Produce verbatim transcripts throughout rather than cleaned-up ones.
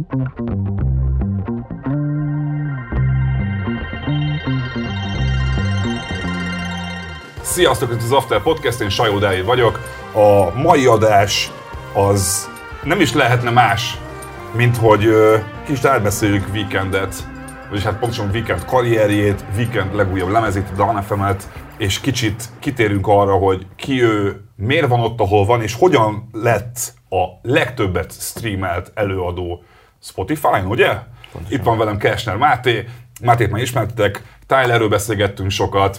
Sziasztok, ez az After Podcast, én Sajó Dávid vagyok. A mai adás az nem is lehetne más, mint hogy uh, kicsit átbeszéljük Weekendet, vagyis hát pontosan Weekend karrierjét, Weekend legújabb lemezét, a Dawn ef emet, és kicsit kitérünk arra, hogy ki ő, miért van ott, ahol van, és hogyan lett a legtöbbet streamelt előadó Spotify-n, ugye? Pontosan. Itt van velem Kersner Máté, Mátét már ismertetek, Tylerről beszélgettünk sokat,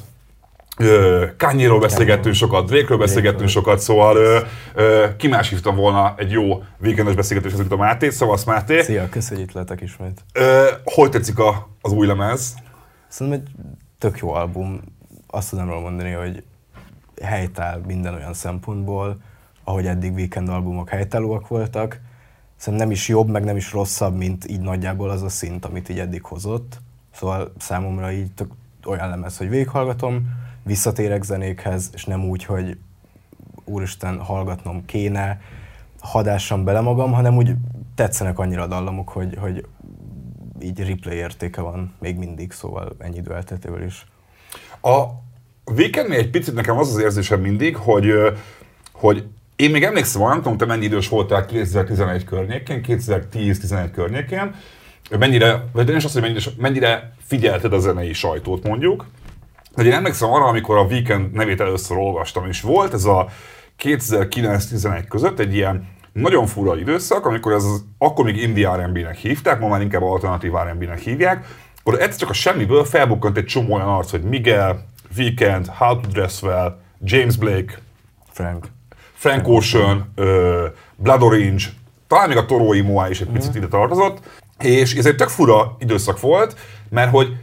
Kanye-ról beszélgettünk sokat, Drake-ről beszélgettünk sokat, szóval ö, ö, ki más hívta volna egy jó weekendes beszélgetéshez, mint a Máté. Szavasz, Máté! Szia, köszönjük, hogy itt lehetek ismét. Ö, hogy tetszik a, az új lemez? Szerintem egy tök jó album. Azt tudom róla mondani, hogy helytáll minden olyan szempontból, ahogy eddig Weekend albumok helytállóak voltak. Szerintem nem is jobb, meg nem is rosszabb, mint így nagyjából az a szint, amit így eddig hozott. Szóval számomra így tök olyan lemez, hogy végighallgatom, visszatérek zenékhez, és nem úgy, hogy úristen, hallgatnom kéne, hadássam bele magam, hanem úgy tetszenek annyira a dallamok, hogy, hogy így replay értéke van még mindig, szóval ennyi idő elteltével is. A Weekendnél egy picit nekem az az érzésem mindig, hogy, hogy én még emlékszem, nem tudom, te mennyi idős voltál kétezer-tizenegy környékén, kétezer-tíz-tizenegy környékén, mennyire, vagy nem is az, hogy mennyire, mennyire figyelted a zenei sajtót mondjuk, de én emlékszem arra, amikor a Weekend nevét először olvastam, és volt ez a kétezer-kilenc-tizenegy között egy ilyen nagyon fura időszak, amikor ez az, akkor még indie er and bé-nek hívták, ma már inkább alternatív er and bé-nek hívják, akkor egyszer csak a semmiből felbukkant egy csomó olyan arc, hogy Miguel, Weekend, How to Dress Well, James Blake, Frank, Frank Ocean, uh, Blood Orange, talán még a Toro y Moi is egy picit mm-hmm. ide tartozott, és ez egy tök fura időszak volt, mert hogy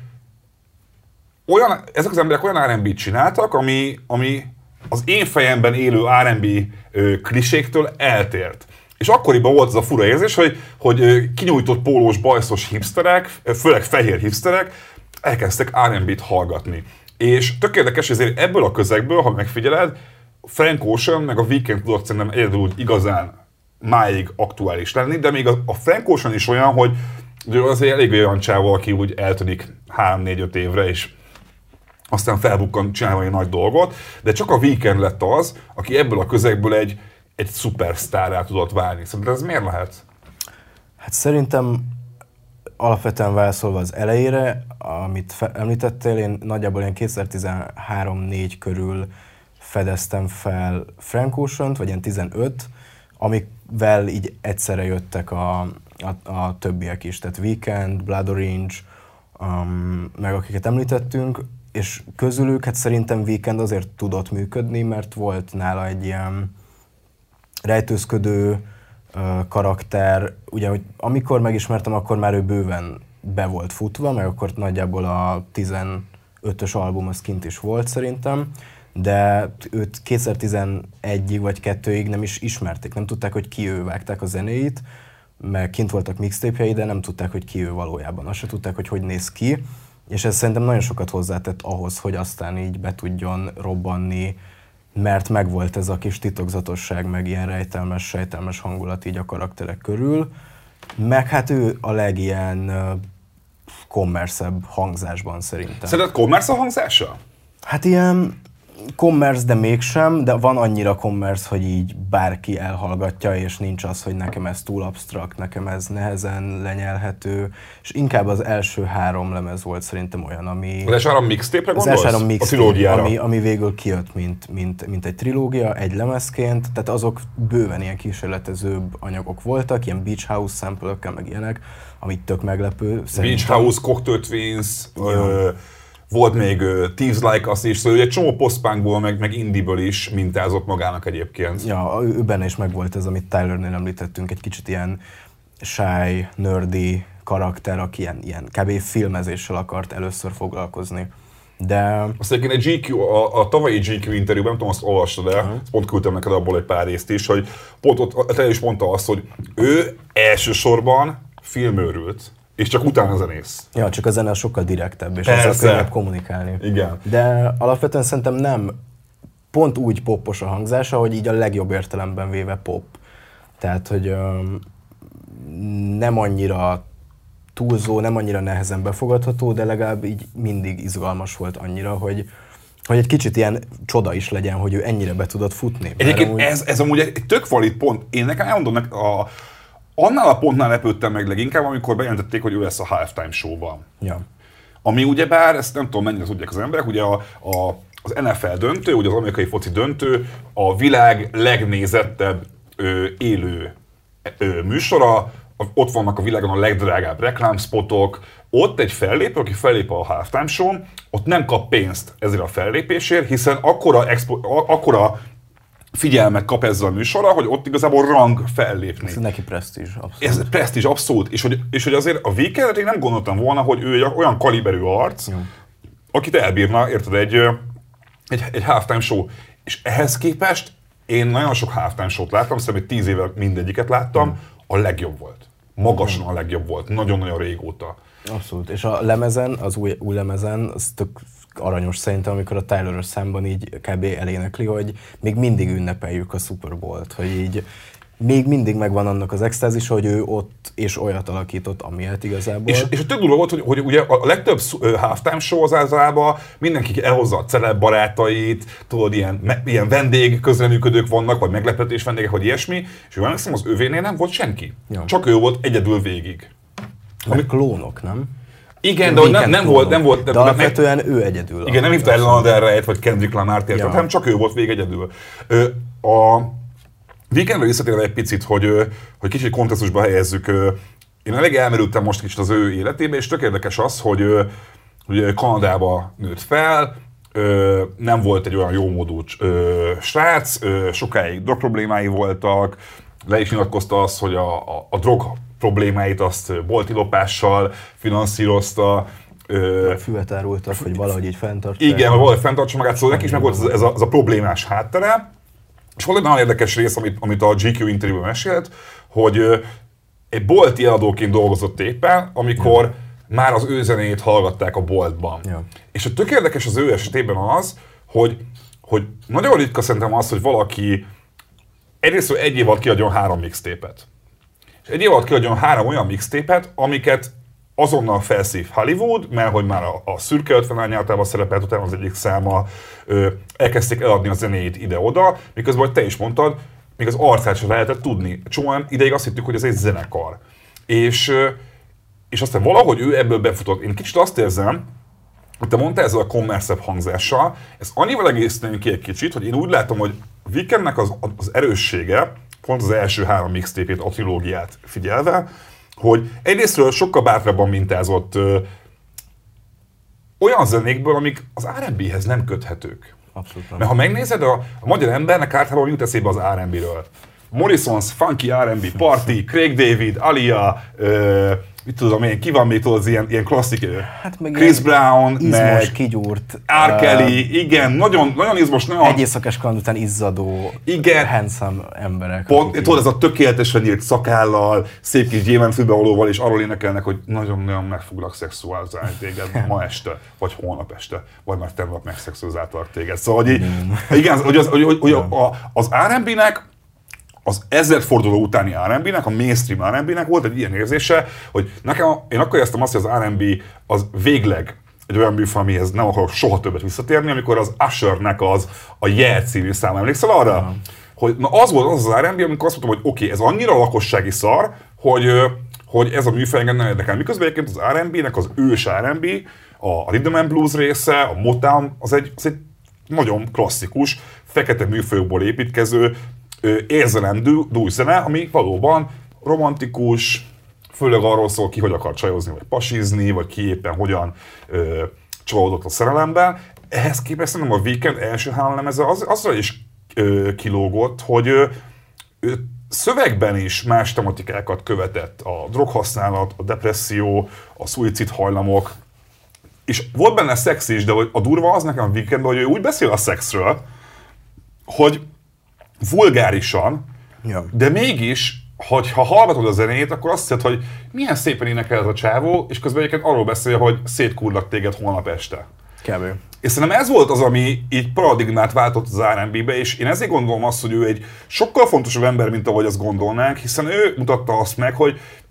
olyan, ezek az emberek olyan er and bé-t csináltak, ami, ami az én fejemben élő er and bé kliséktől eltért. És akkoriban volt az a fura érzés, hogy, hogy kinyújtott pólós, bajszos hipsterek, főleg fehér hipsterek elkezdtek er and bé-t hallgatni. És tök érdekes, hogy ezért ebből a közegből, ha megfigyeled, Frank Ocean meg a Weekend tudott szerintem egyedül úgy igazán máig aktuális lenni, de még a, a Frank Ocean is olyan, hogy azért elég olyan csávó, aki úgy eltűnik három-négy-öt évre, és aztán felbukkan csinálva egy nagy dolgot, de csak a Weekend lett az, aki ebből a közegből egy, egy szupersztárrá tudott válni. Szerintem ez miért lehet? Hát szerintem alapvetően válaszolva az elejére, amit fe- említettél, én nagyjából ilyen kétezer-tizenhárom-négy körül fedeztem fel Frank Oceant, vagy ilyen tizenöt, amikvel így egyszerre jöttek a, a, a többiek is, tehát Weekend, Blood Orange, um, meg akiket említettünk, és közülük hát szerintem Weekend azért tudott működni, mert volt nála egy ilyen rejtőzködő uh, karakter, ugye, hogy amikor megismertem, akkor már ő bőven be volt futva, meg akkor nagyjából a tizenötös album az kint is volt szerintem, de őt kétezer-tizenegyig vagy kettőig nem is ismerték, nem tudták, hogy ki ő, vágták a zenéit, meg kint voltak mixtape-jei, de nem tudták, hogy ki ő valójában, azt se tudták, hogy hogy néz ki, és ez szerintem nagyon sokat hozzátett ahhoz, hogy aztán így be tudjon robbanni, mert megvolt ez a kis titokzatosság, meg ilyen rejtelmes, sejtelmes hangulat így a karakterek körül, meg hát ő a legilyen commerce-ebb hangzásban szerintem. Szerinted commerce a hangzása? Hát ilyen commerce, de mégsem, de van annyira commerce, hogy így bárki elhallgatja, és nincs az, hogy nekem ez túl absztrakt, nekem ez nehezen lenyelhető, és inkább az első három lemez volt szerintem olyan, ami... Az első három mixtape-re gondolsz? Az első három mixtape, ami, ami végül kijött, mint, mint, mint egy trilógia, egy lemezként, tehát azok bőven ilyen kísérletezőbb anyagok voltak, ilyen Beach House sample-ökkel, meg ilyenek, amit tök meglepő. Beach House, Cocteau Twins, ö, volt még uh, Thieves Like Us is, szóval egy csomó post-punkból, meg, meg indie-ből is mintázott magának egyébként. Ja, ő benne is megvolt ez, amit Tylernél említettünk, egy kicsit ilyen shy, nerdy karakter, aki ilyen, ilyen kb. Filmezéssel akart először foglalkozni. De... Azt egyébként egy gé kú, a, a tavalyi gé kú interjúban, nem tudom, azt olvastad el, uh-huh. pont küldtem neked abból egy pár részt is, hogy pont ott te is mondta azt, hogy ő elsősorban filmőrült, és csak utána zenész. Ja, csak a zene sokkal direktebb, és ezzel könnyebb kommunikálni. Igen. De alapvetően szerintem nem pont úgy poppos a hangzása, hogy így a legjobb értelemben véve pop. Tehát, hogy um, nem annyira túlzó, nem annyira nehezen befogadható, de legalább így mindig izgalmas volt annyira, hogy, hogy egy kicsit ilyen csoda is legyen, hogy ő ennyire be tudott futni. Egyébként amúgy... ez, ez amúgy egy tök valid pont. Én nekem elmondom, a, annál a pontnál lepődtem meg leginkább, amikor bejelentették, hogy ő lesz a halftime show-ban. Ja. Ami ugyebár, ezt nem tudom mennyire tudják az emberek, ugye a, a, az en ef el döntő, ugye az amerikai foci döntő, a világ legnézettebb ö, élő ö, műsora, ott vannak a világon a legdrágább reklámspotok, ott egy fellépő, aki fellép a halftime show-n, ott nem kap pénzt ezért a fellépésért, hiszen akkora, expo, akkora figyelmet kap ezzel a műsorra, hogy ott igazából rang fellépni. Ez neki presztízs, abszolút. Ez presztízs, abszolút. És hogy, és hogy azért a Weekendre én nem gondoltam volna, hogy ő egy olyan kaliberű arc, jó, akit elbírna, érted, egy, egy, egy halftime show. És ehhez képest én nagyon sok halftime show-t láttam, szerintem tíz éve mindegyiket láttam, hmm. a legjobb volt. Magasan a legjobb volt, nagyon-nagyon régóta. Abszolút, és a lemezen, az új, új lemezen, az tök aranyos szerintem, amikor a Tyler-ös számban így kb. Elénekli, hogy még mindig ünnepeljük a Super Bowl-t, hogy így még mindig megvan annak az extázis, hogy ő ott és olyat alakított, amilyet igazából. És, és a tök durva volt, hogy, hogy ugye a legtöbb halftime show az általában mindenki elhozza a celeb barátait, tudod, ilyen, me, ilyen vendég közreműködők vannak, vagy meglepetés vendégek, vagy ilyesmi, és ő emlékszem, az övénél nem volt senki. Ja. Csak ő volt egyedül végig. Ami klónok, nem? Igen, de nem, nem volt, nem volt. De alapvetően nem, ő egyedül. Igen, nem hívta Ellen Del Reyet, vagy Kendrick Lamart, ja. hanem csak ő volt végig egyedül. A Weekendre visszatérve egy picit, hogy, hogy kicsit kontextusba helyezzük. Én elég elmerültem most kicsit az ő életébe, és tök érdekes az, hogy, hogy Kanadába nőtt fel, nem volt egy olyan jómódú srác, sokáig drog problémái voltak, le is nyilatkozta azt, hogy a, a, a drog problémáit azt boltilopással finanszírozta. Füvet árultak, hogy valahogy így fenntartsa. Igen, valahogy fenntartsa magát, szóval neki is meg volt ez, ez, a, ez a problémás háttere. És volt egy nagyon érdekes rész, amit, amit a gé kú interjúban mesélt, hogy egy bolti eladóként dolgozott éppen, amikor ja. már az ő zenét hallgatták a boltban. Ja. És a tök érdekes az ő esetében az, hogy, hogy nagyon ritka szerintem az, hogy valaki egyrészt egy év alatt kiadjon három mixtépet. És egy év alatt kiadjon három olyan mixtépet, amiket azonnal felszív Hollywood, mert hogy már a, a szürke ötven általában szerepelt, utána az egyik száma, ö, elkezdték eladni a zenét ide-oda, miközben, hogy te is mondtad, még az arcát sem lehetett tudni. Csomóan ideig azt hittük, hogy ez egy zenekar. És, ö, és aztán valahogy ő ebből befutott. Én kicsit azt érzem, hogy te mondtál ezzel a kommerszebb hangzással, ez annyival egészítenünk ki egy kicsit, hogy én úgy látom, hogy Weekendnek az, az erőssége, pont az első három mixtépét, a trilógiát figyelve, hogy egyrésztről sokkal bátrabban mintázott ö, olyan zenékből, amik az er and bé-hez nem köthetők. Abszolút. Mert ha megnézed, a, a magyar embernek általában jut eszébe az er and bé-ről. Morrison's Funky er and bé Party, Craig David, Alia, ö, mit tudom én, ki van még tudod, ilyen, ilyen klasszik, hát Chris Brown, izmos, meg kigyúrt, R. Kelly, uh, igen, nagyon, nagyon izmos, nagyon... Egy éjszakás kaland után izzadó, igen, handsome emberek. Pont, tudod, ez a tökéletesen nyílt szakállal, szép kis gyémántfülbevalóval, és arról énekelnek, hogy nagyon-nagyon meg foglak szexualizálni téged ma este, vagy holnap este, vagy már tegnap megszexualizáltalak téged. Szóval, hogy, igen, hogy az, hogy, hogy a, az er and bé-nek az ezredforduló utáni er and bé-nek, a mainstream er and bé-nek volt egy ilyen érzése, hogy nekem, én akkor éreztem azt, hogy az er and bé az végleg egy olyan műfaj, amihez nem akarok soha többet visszatérni, amikor az Ushernek az a Yeah című szám, emlékszel arra? Uh-huh. Hogy na az volt az az er and bé, amikor azt mondtam, hogy oké, okay, ez annyira lakossági szar, hogy, hogy ez a műfaj engem nem érdekel. Miközben egyébként az er and bé-nek az ős er and bé, a Rhythm and Blues része, a Motown, az egy, az egy nagyon klasszikus, fekete műfajokból építkező, érzelem dújzene, ami valóban romantikus, főleg arról szól, ki hogy akar csajozni, vagy pasizni, vagy ki éppen hogyan ö, csalódott a szerelemben. Ehhez képest szerintem a Weekend első három lemeze az, azra is ö, kilógott, hogy ö, ö, szövegben is más tematikákat követett. A droghasználat, a depresszió, a szuicid hajlamok, és volt benne szex is, de a durva az nekem a Weekendben, hogy ő úgy beszél a szexről, hogy vulgárisan, ja. de mégis, hogyha hallgatod a zenét, akkor azt hiszed, hogy milyen szépen énekel ez a csávó, és közben egyébként arról beszél, hogy szétkurlak téged holnap este. Kb. És szerintem ez volt az, ami így paradigmát váltott az er and bé-be, és én ezért gondolom azt, hogy ő egy sokkal fontosabb ember, mint ahogy azt gondolnánk, hiszen ő mutatta azt meg, hogy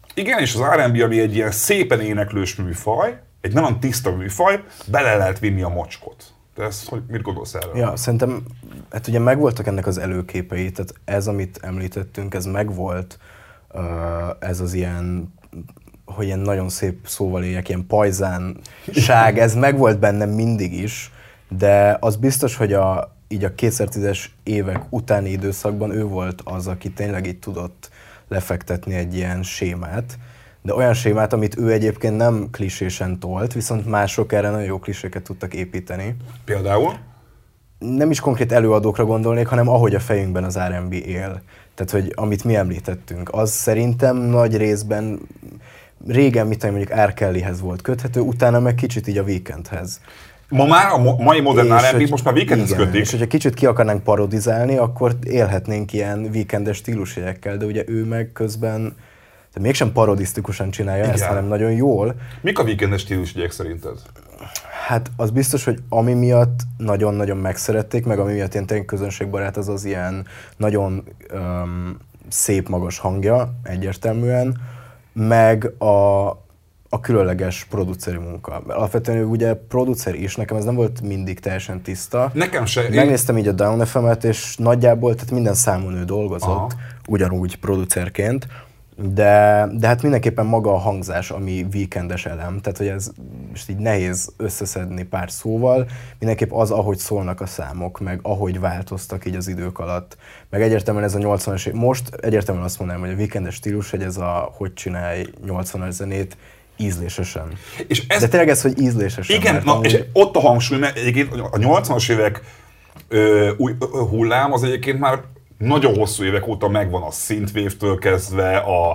Igen, és az er end bé, ami egy ilyen szépen éneklős műfaj, egy nagyon tiszta műfaj, bele lehet vinni a mocskot. Te ezt, hogy mit gondolsz erről? Ja, szerintem, hát ugye megvoltak ennek az előképei, tehát ez, amit említettünk, ez megvolt, ez az ilyen, hogy ilyen nagyon szép szóval éljek, ilyen pajzánság, ez megvolt bennem mindig is, de az biztos, hogy a, így a kétezer-tízes évek utáni időszakban ő volt az, aki tényleg így tudott lefektetni egy ilyen sémát, de olyan sémát, amit ő egyébként nem klisésen tolt, viszont mások erre nagyon jó kliséket tudtak építeni. Például? Nem is konkrét előadókra gondolnék, hanem ahogy a fejünkben az er end bé él. Tehát, hogy amit mi említettünk, az szerintem nagy részben régen, mit tudom, mondjuk R. Kellyhez volt köthető, utána meg kicsit így a Weekendhez. Ma már a mai modern er end bé most már Weekendhez kötik. És hogyha kicsit ki akarnánk parodizálni, akkor élhetnénk ilyen weekendes stílusjegyekkel, de ugye ő meg közben de mégsem parodisztikusan csinálja Igen. ezt, hanem nagyon jól. Mik a weekendes stílusjegyek szerinted? Hát az biztos, hogy ami miatt nagyon-nagyon megszerették, meg ami miatt ilyen tényleg közönségbarát, az az ilyen nagyon um, szép magas hangja egyértelműen, meg a, a különleges produceri munka. Alapvetően ő ugye producer is, nekem ez nem volt mindig teljesen tiszta. Nekem se. Megnéztem így a Down ef em-et, és nagyjából tehát minden számon ő dolgozott, Aha. ugyanúgy producerként. De, de hát mindenképpen maga a hangzás, ami weekendes elem, tehát hogy ez most így nehéz összeszedni pár szóval, mindenképp az, ahogy szólnak a számok, meg ahogy változtak így az idők alatt, meg egyértelműen ez a nyolcvanas év, most egyértelműen azt mondanám, hogy a weekendes stílus, hogy ez a hogy csinálj nyolcvanas zenét ízlésesen. És ez, de tényleg ez, hogy ízlésesen. Igen, na, amúgy... és ott a hangsúly, mert egyébként a nyolcvanas évek ö, új, ö, hullám az egyébként már nagyon hosszú évek óta megvan a Synthwave-től kezdve, a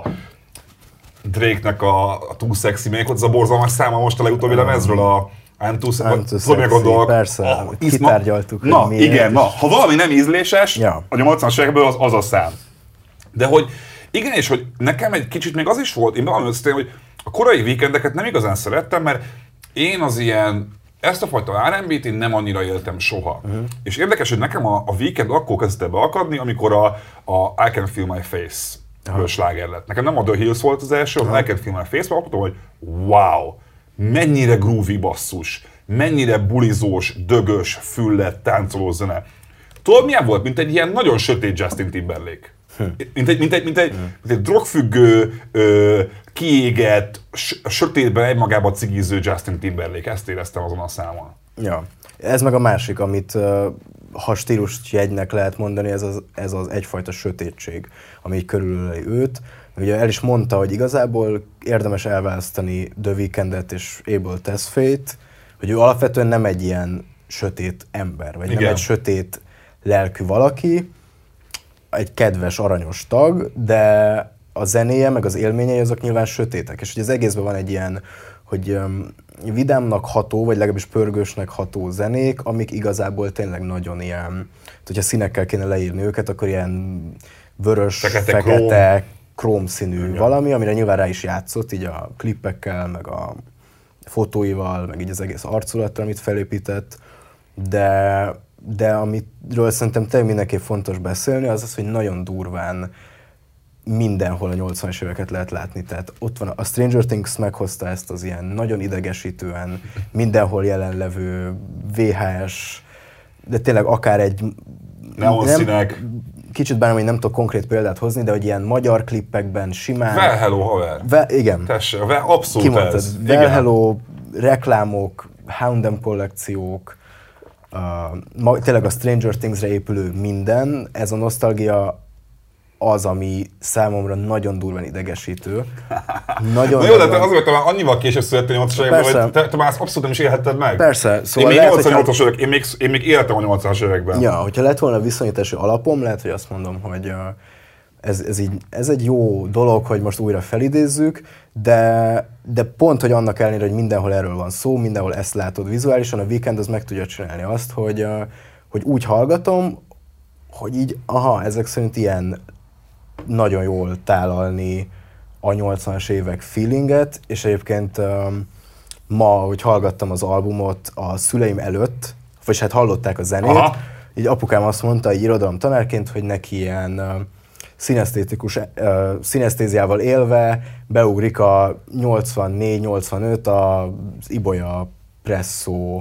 Drake-nek a, a Too Sexy, még ott az a borzalmas száma most a legutóbbi lemezről, a I'm Too Sexy, persze, a, kitárgyaltuk, na, hogy miért. Igen, na, ha valami nem ízléses, ja. a nyolcvanas évekből az, az a szám. De hogy igen, és hogy nekem egy kicsit még az is volt, én valami összetén, hogy a korai weekendeket nem igazán szerettem, mert én az ilyen ezt a fajta er end bét én nem annyira éltem soha. Uh-huh. És érdekes, hogy nekem a, a Weekend akkor kezdett beakadni, amikor a, a I Can Feel My Face uh-huh. sláger lett. Nekem nem a The Hills volt az első, uh-huh. I Can Feel My Face, mert akkor hogy wow, mennyire groovy basszus, mennyire bulizós, dögös, füllet, táncoló zene. Tudod milyen volt? Mint egy ilyen nagyon sötét Justin Timberlake. Hm. Mint egy, mint egy, mint egy, hm. mint egy drogfüggő, ö, kiégett, sötétben egymagában cigiző Justin Timberlake. Ezt éreztem azon a számon. Ja. Ez meg a másik, amit ha stílust jegynek lehet mondani, ez az, ez az egyfajta sötétség, ami így körülöli őt. Ugye el is mondta, hogy igazából érdemes elválasztani The Weekendet és Abel Tesfaye-t, hogy ő alapvetően nem egy ilyen sötét ember, vagy Igen. nem egy sötét lelkű valaki, egy kedves, aranyos tag, de a zenéje, meg az élményei azok nyilván sötétek. És hogy az egészben van egy ilyen, hogy um, vidámnak ható, vagy legalábbis pörgősnek ható zenék, amik igazából tényleg nagyon ilyen, hogyha színekkel kéne leírni őket, akkor ilyen vörös, fekete, fekete króm színű Igen. valami, amire nyilván rá is játszott, így a klippekkel, meg a fotóival, meg így az egész arculattal, amit felépített, de de amiről szerintem tényleg mindenképp fontos beszélni, az az, hogy nagyon durván mindenhol a nyolcvanas éveket lehet látni. Tehát ott van a Stranger Things meghozta ezt az ilyen nagyon idegesítően, mindenhol jelenlevő vé há es, de tényleg akár egy... Neonszínek. Kicsit bánom, hogy nem tudok konkrét példát hozni, de hogy ilyen magyar klippekben simán... Well hello, haver. Ve, igen. Tessék, abszolút Kimondtad, ez. Well igen. hello, reklámok, Hound kollekciók, Uh, ma, tényleg a Stranger Things-re épülő minden, ez a nosztalgia az, ami számomra nagyon durván idegesítő. Nagyon Na jó, de te azért, te már annyival később születtél nyolcvanas években, hogy te, te már ezt abszolút nem is élhetted meg. Persze. Szóval én még nyolcvannyolcas évek, én még, én még éltem a nyolcvanas években. Ja, hogyha lett volna viszonyítási alapom, lehet, hogy azt mondom, hogy uh, ez, ez, így, ez egy jó dolog, hogy most újra felidézzük, de, de pont, hogy annak ellenére, hogy mindenhol erről van szó, mindenhol ezt látod vizuálisan, a Weekend az meg tudja csinálni azt, hogy, uh, hogy úgy hallgatom, hogy így, aha, ezek szerint ilyen nagyon jól tálalni a nyolcvanas évek feelinget, és egyébként um, ma, hogy hallgattam az albumot a szüleim előtt, vagy hát hallották a zenét, aha. így apukám azt mondta, egy irodalom tanárként, hogy neki ilyen uh, szinesztétikus, uh, szinesztéziával élve beugrik a nyolcvannégy nyolcvanöt az Ibolya Presszó uh,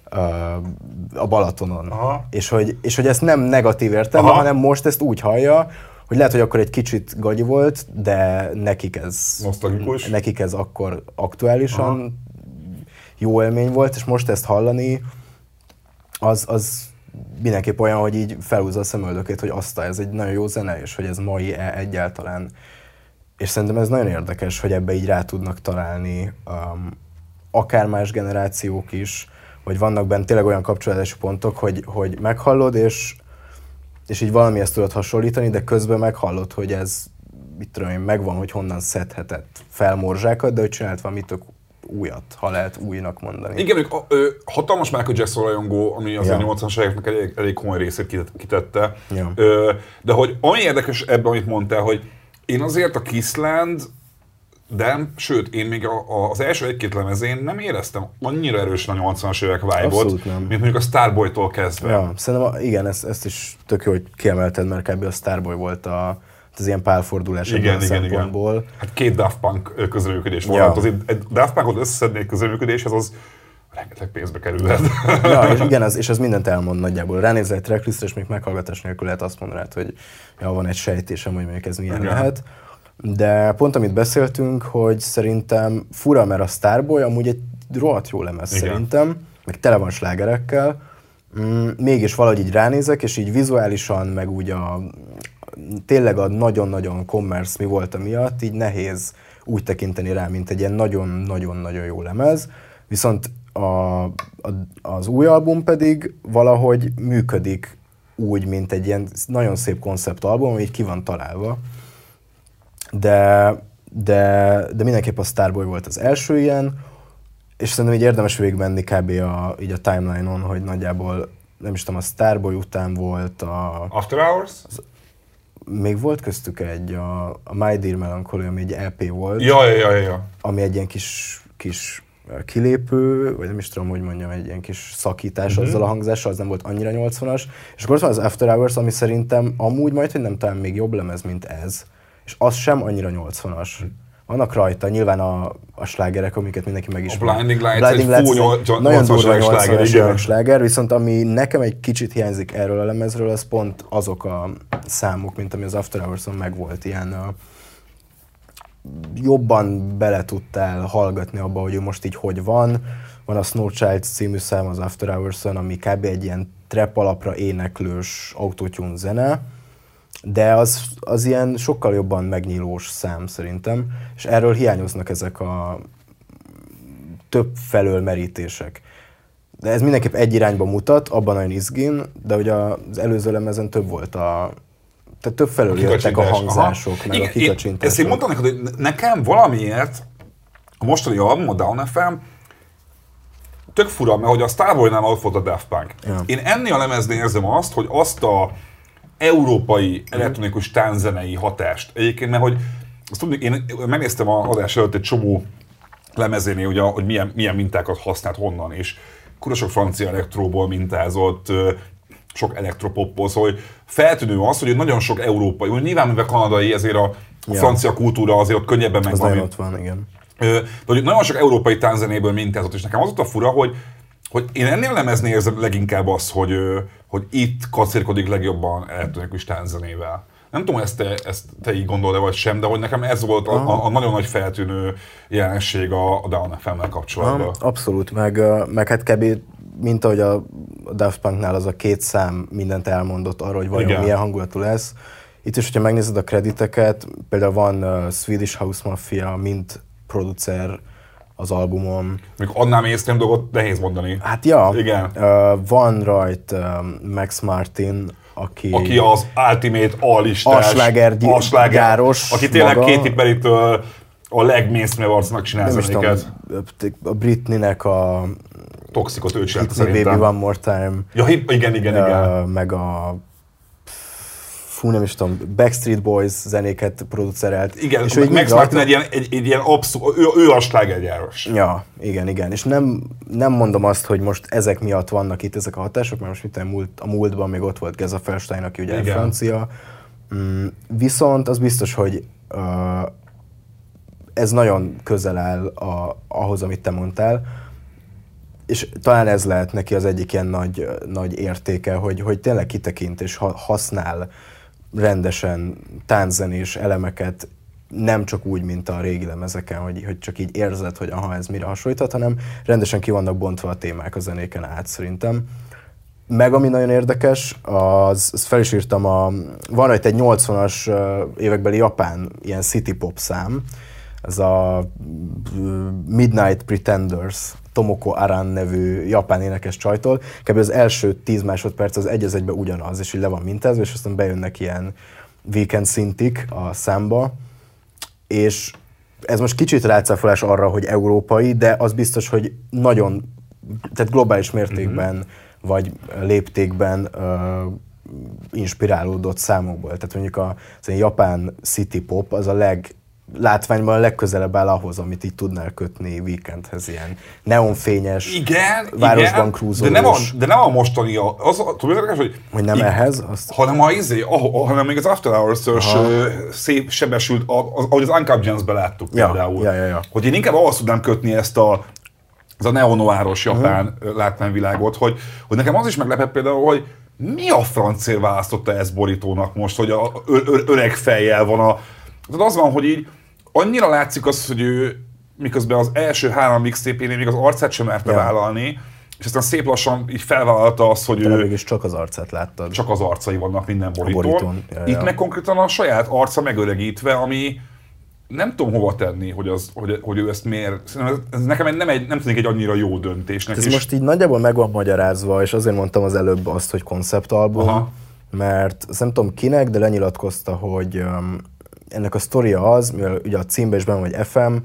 a Balatonon. És hogy, és hogy ezt nem negatív értelme, hanem most ezt úgy hallja, hogy lehet, hogy akkor egy kicsit gagyi volt, de nekik ez, nekik ez akkor aktuálisan Aha. jó élmény volt, és most ezt hallani, az, az mindenképp olyan, hogy így felhúzza a szemöldökét, hogy azt ez egy nagyon jó zene, és hogy ez mai-e egyáltalán. És szerintem ez nagyon érdekes, hogy ebbe így rá tudnak találni um, akár más generációk is, hogy vannak benne tényleg olyan kapcsolási pontok, hogy, hogy meghallod, és, és így valamihez tudod hasonlítani, de közben meghallod, hogy ez, mit tudom én, megvan, hogy honnan szedhetett fel morzsákat, de hogy csinált valami tök újat, ha lehet újnak mondani. Igen, ők, ö, hatalmas Michael Jackson rajongó, ami az ja. a nyolcvanas éveknek elég, elég komoly részét kitette. Ja. Ö, de hogy ami érdekes ebben, amit mondtál, hogy én azért a Kissland, de sőt, én még a, a, az első egy-két lemezén nem éreztem annyira erősen a nyolcvanas évek vibe-ot, mint mondjuk a Starboy-tól kezdve. Ja, szerintem igen, ezt, ezt is tök jó, hogy kiemelted, mert kb. A Starboy volt a az ilyen pálfordulás igen, ebben igen, a szempontból. Igen. Hát két Daft Punk közreműködés volt. Ja. Azért egy Daft Punkot összeszedni egy közreműködéshez, az rengeteg pénzbe kerülhet. Ja, és igen, az, és az mindent elmond nagyjából. Ránézel egy tracklistre, és még meghallgatás nélkül lehet azt mondani, hogy ja, van egy sejtésem, hogy mondjuk ez milyen igen. lehet. De pont amit beszéltünk, hogy szerintem fura, mert a Starboy amúgy egy rohadt jó lemez igen. szerintem, meg tele van slágerekkel. Mm, mégis valahogy így ránézek, és így vizuálisan, meg úgy a tényleg a nagyon-nagyon commerce mi volt miatt, így nehéz úgy tekinteni rá, mint egy ilyen nagyon-nagyon-nagyon jó lemez. Viszont a, a, az új album pedig valahogy működik úgy, mint egy ilyen nagyon szép konceptalbum, ami így ki van találva. De, de, de mindenképp a Starboy volt az első ilyen, és szerintem így érdemes végigmenni kb. A, így a timeline-on, hogy nagyjából, nem is tudom, a Starboy után volt a... After Hours? Az, még volt köztük egy, a, a My Dear Melancholy, ami egy é pé volt, ja, ja, ja, ja. ami egy ilyen kis, kis kilépő, vagy nem is tudom, hogy mondjam, egy ilyen kis szakítás mm-hmm. azzal a hangzással, az nem volt annyira nyolcvanas. És akkor ott van az After Hours, ami szerintem amúgy majd, hogy nem talán még jobb lemez, mint ez. És az sem annyira nyolcvanas. Vannak rajta, nyilván a, a slágerek, amiket mindenki megismer. A Blinding Lights Blinding egy fú nyolcvanas sláger, sláger, viszont ami nekem egy kicsit hiányzik erről a lemezről, az pont azok a számok, mint ami az After Hours-on megvolt, ilyen uh, jobban bele tudtál hallgatni abba, hogy ő most így hogy van. Van a Snow Child című szám az After Hours-on, ami kb. Egy ilyen trap alapra éneklős autotune zene, de az, az ilyen sokkal jobban megnyílós szám szerintem, és erről hiányoznak ezek a több felől merítések. De ez mindenképp egy irányba mutat, abban nagyon izgin, de ugye az előző lemezen több volt a... Tehát több felől jöttek a hangzások, aha. meg igen, a kikacsintások. Ezt én mondtam neked, hogy nekem valamiért a mostani album, a Down ef em, tök fura, mert hogy a Starboy-nál ott volt a Daft Punk. Ja. Én ennél a lemeznél érzem azt, hogy azt a európai elektronikus tánzenei hatást. Egyébként, mert hogy azt tudni, én megnéztem az adás előtt egy csomó lemezénél, ugye, hogy milyen, milyen mintákat használt honnan, és kurva sok francia elektróból mintázott, sok elektropopból, szóval feltűnő az, hogy nagyon sok európai, hogy nyilván mivel kanadai, ezért a ja. francia kultúra azért ott könnyebben megvan. Az ott van, igen. De hogy nagyon sok európai tánzenéből mintázott, és nekem az ott a fura, hogy hogy én ennél lemeznél érzem leginkább azt, hogy, hogy itt kacérkodik legjobban elektronikus tánzenével. Nem tudom, ezt te, ezt te így gondolod vagy sem, de hogy nekem ez volt a, a, a nagyon nagy feltűnő jelenség a, a Down ef em-mel kapcsolatban. Abszolút, meg, meg hát kb. Mint ahogy a Daft Punknál az a két szám mindent elmondott arról, hogy vajon igen. milyen hangulatú lesz. Itt is, hogyha megnézed a krediteket, például van uh, Swedish House Mafia, mint producer az albumon. Még annál mainstream dolgot nehéz mondani. Hát ja, igen. Uh, van rajta um, Max Martin, aki... Aki az ultimate alistás, alslágergyáros aki tényleg Katy Perrytől a legmainstream arcnak csinál zenéket. A Britneynek a... Toxicot ő csinálta szerintem. Baby One More Time. Ja, igen, igen, uh, igen. Meg a... Fú, nem is tudom, Backstreet Boys zenéket producerelt. Igen, és Max Martin rajta... egy ilyen, egy, egy ilyen abszolút, ő, ő a slágergyáros. Ja, igen, igen. És nem, nem mondom azt, hogy most ezek miatt vannak itt ezek a hatások, mert most mit a, múlt, a múltban még ott volt Geza Felstein, aki ugye francia, Mm, viszont az biztos, hogy uh, ez nagyon közel áll a, ahhoz, amit te mondtál, és talán ez lehet neki az egyik ilyen nagy, nagy értéke, hogy, hogy tényleg kitekint és használ rendesen tánczenés elemeket, nem csak úgy, mint a régi lemezeken, hogy, hogy csak így érzed, hogy aha, ez mire hasonlíthat, hanem rendesen ki vannak bontva a témák a zenéken át szerintem. Meg ami nagyon érdekes, az, azt fel is írtam, a, van itt egy nyolcvanas évekbeli japán ilyen city pop szám, ez a Midnight Pretenders, Tomoko Aran nevű japán énekes csajtól. Kb. Az első tíz másodperc az egy az egyben ugyanaz, és így le van mintázva, és aztán bejönnek ilyen weekend szintik a számba. És ez most kicsit rácáfolás arra, hogy európai, de az biztos, hogy nagyon, tehát globális mértékben, mm-hmm. vagy léptékben uh, inspirálódott számokból. Tehát mondjuk a, az a japán city pop az a leg látványban a legközelebb áll ahhoz, amit így tudnál kötni Weekendhez, ilyen neonfényes, igen, városban krúzolós. De nem a, de nem a mostani, az, tudod, hogy, hogy nem igen, ehhez? Azt... Hanem, a, izé, ah, hanem még az After Hours-ös szép, sebesült, ahogy az Uncut Gems-ben láttuk ja, például. Ja, ja, ja. Hogy én inkább ahhoz tudnám kötni ezt a, ez a neonoáros japán uh-huh. látványvilágot, hogy, hogy nekem az is meglepett például, hogy mi a francér választotta ezt borítónak most, hogy a öreg fejjel van a... Tehát az van, hogy így annyira látszik az, hogy ő miközben az első három mixtépénél még az arcát sem merte ja. vállalni, és aztán szép lassan így felvállalta azt, hogy de ő... mégis csak az arcát láttad. Csak az arcai vannak minden borítón. borítón. Ja, ja. Itt meg konkrétan a saját arca megöregítve, ami nem tudom hova tenni, hogy, az, hogy, hogy ő ezt miért... Ez nekem nem, egy, nem tűnik egy annyira jó döntésnek. Ez és... most így nagyjából meg van magyarázva, és azért mondtam az előbb azt, hogy konceptalbum, aha. mert nem tudom kinek, de lenyilatkozta, hogy um, ennek a sztoria az, mivel ugye a címben is benne vagy ef em,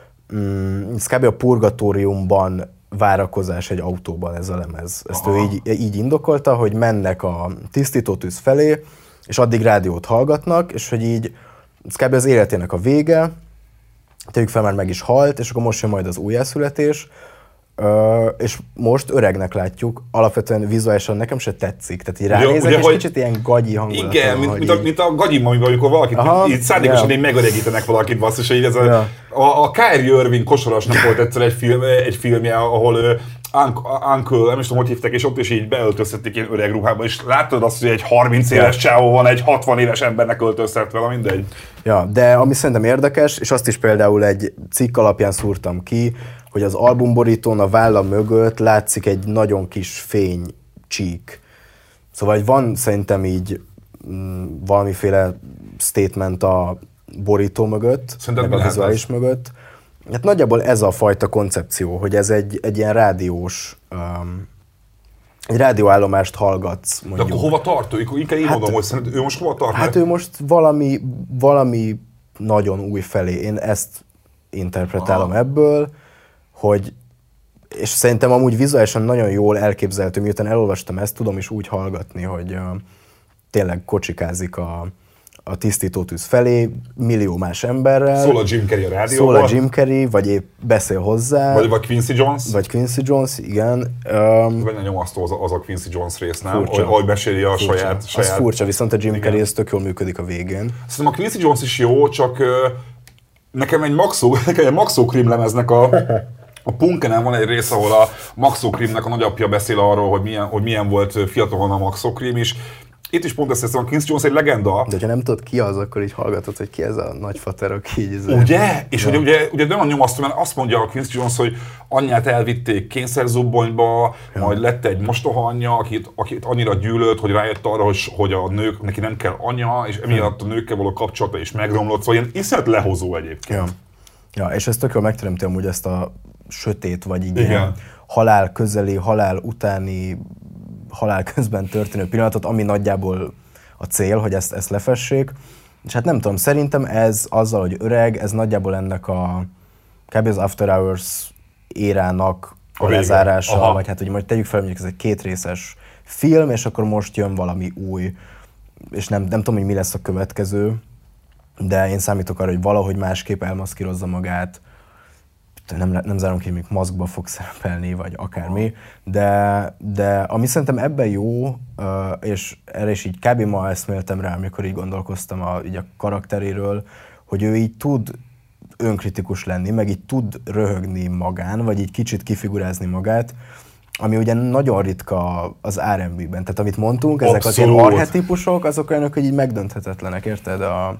um, ez kb. A purgatóriumban várakozás egy autóban ez a lemez. Ezt aha. ő így, így indokolta, hogy mennek a tisztítótűz felé, és addig rádiót hallgatnak, és hogy így ez kb. Az életének a vége, tegyük fel, már meg is halt, és akkor most jön majd az újjászületés, Uh, és most öregnek látjuk, alapvetően vizuálisan nekem se tetszik, tehát így ránézek, ugye, és hogy... kicsit ilyen gagyi hangulat. Igen, mint, mint, a, mint a gagyimban, amikor valakit, aha, így szándékosan yeah. megöregítenek valakit, basszus, hogy ez a, yeah. a, a Kyrie Irving kosarasnak volt egyszer egy, film, egy filmje, ahol uh, Uncle, nem is tudom, hogy hívták, és ott is így beöltöztették ilyen öreg ruhába, és láttad azt, hogy egy harminc éves yeah. csávó van, egy hatvan éves embernek öltöztetve, vele, mindegy. Ja, de ami szerintem érdekes, és azt is például egy cikk alapján szúrtam ki, hogy az albumborítón a válla mögött látszik egy nagyon kis fénycsík. Szóval van szerintem így mm, valamiféle statement a borító mögött, szerintem meg a vizuális mögött. Hát nagyjából ez a fajta koncepció, hogy ez egy, egy ilyen rádiós, um, egy rádióállomást hallgatsz, mondjuk. De akkor hova tart ő? Inkább én hát, mondom, hogy szerintem ő most hova tart? Hát mert... ő most valami, valami nagyon új felé. Én ezt interpretálom aha. ebből, hogy, és szerintem amúgy vizuálisan nagyon jól elképzelhető, miután elolvastam ezt, tudom is úgy hallgatni, hogy uh, tényleg kocsikázik a, a tisztítótűz felé, millió más emberrel. Szól a Jim Carrey a rádióban. Szól a Jim Carrey, vagy épp beszél hozzá. Vagy, vagy Quincy Jones. Vagy Quincy Jones, igen. Um, vagy nagyon asztó az, az a Quincy Jones rész, nem? Furcsa. Ahogy meséli a furcsa. saját, saját... Az furcsa, viszont a Jim igen. Carrey ez tök jól működik a végén. Szerintem a Quincy Jones is jó, csak uh, nekem egy Maxo, nekem egy Maxo Cream lemeznek a A Punkenen van egy rész, ahol a Maxo Creamnek a nagyapja beszél arról, hogy milyen, hogy milyen volt fiatalon a Maxo Cream is. Itt is pont ezt hiszem, a Quincy Jones egy legenda. De ha nem tudod ki az, akkor így hallgatod, hogy ki ez a nagyfater, aki így... Ez ugye? És hogy ugye, ugye nagyon nyomasztó, mert azt mondja a Quincy Jones, hogy anyját elvitték kényszerzubbonyba, ja. majd lett egy mostoha anyja, akit, akit annyira gyűlölt, hogy rájött arra, hogy, hogy a nők, neki nem kell anya, és emiatt a nőkkel való kapcsolata is megromlott, szóval ilyen iszonyat lehozó egyébként. Ja. ja, és ez tök jól megteremti amúgy ezt a sötét, vagy így ilyen halál közeli, halál utáni, halál közben történő pillanatot, ami nagyjából a cél, hogy ezt, ezt lefessék. És hát nem tudom, szerintem ez azzal, hogy öreg, ez nagyjából ennek a kb. Az After Hours érának a, a lezárása, aha. vagy hát hogy majd tegyük fel, mondjuk ez egy kétrészes film, és akkor most jön valami új, és nem, nem tudom, hogy mi lesz a következő, de én számítok arra, hogy valahogy másképp elmaszkírozza magát. nem, nem zárom ki, hogy még maszkba fog szerepelni, vagy akármi, de, de ami szerintem ebben jó, és erre is így kb. Ma eszméltem rá, amikor így gondolkoztam a, így a karakteréről, hogy ő így tud önkritikus lenni, meg így tud röhögni magán, vagy így kicsit kifigurázni magát, ami ugye nagyon ritka az er and bé-ben. Tehát amit mondtunk, ezek Abszolút. Az ilyen archetípusok, azok olyanok, hogy így megdönthetetlenek, érted? A,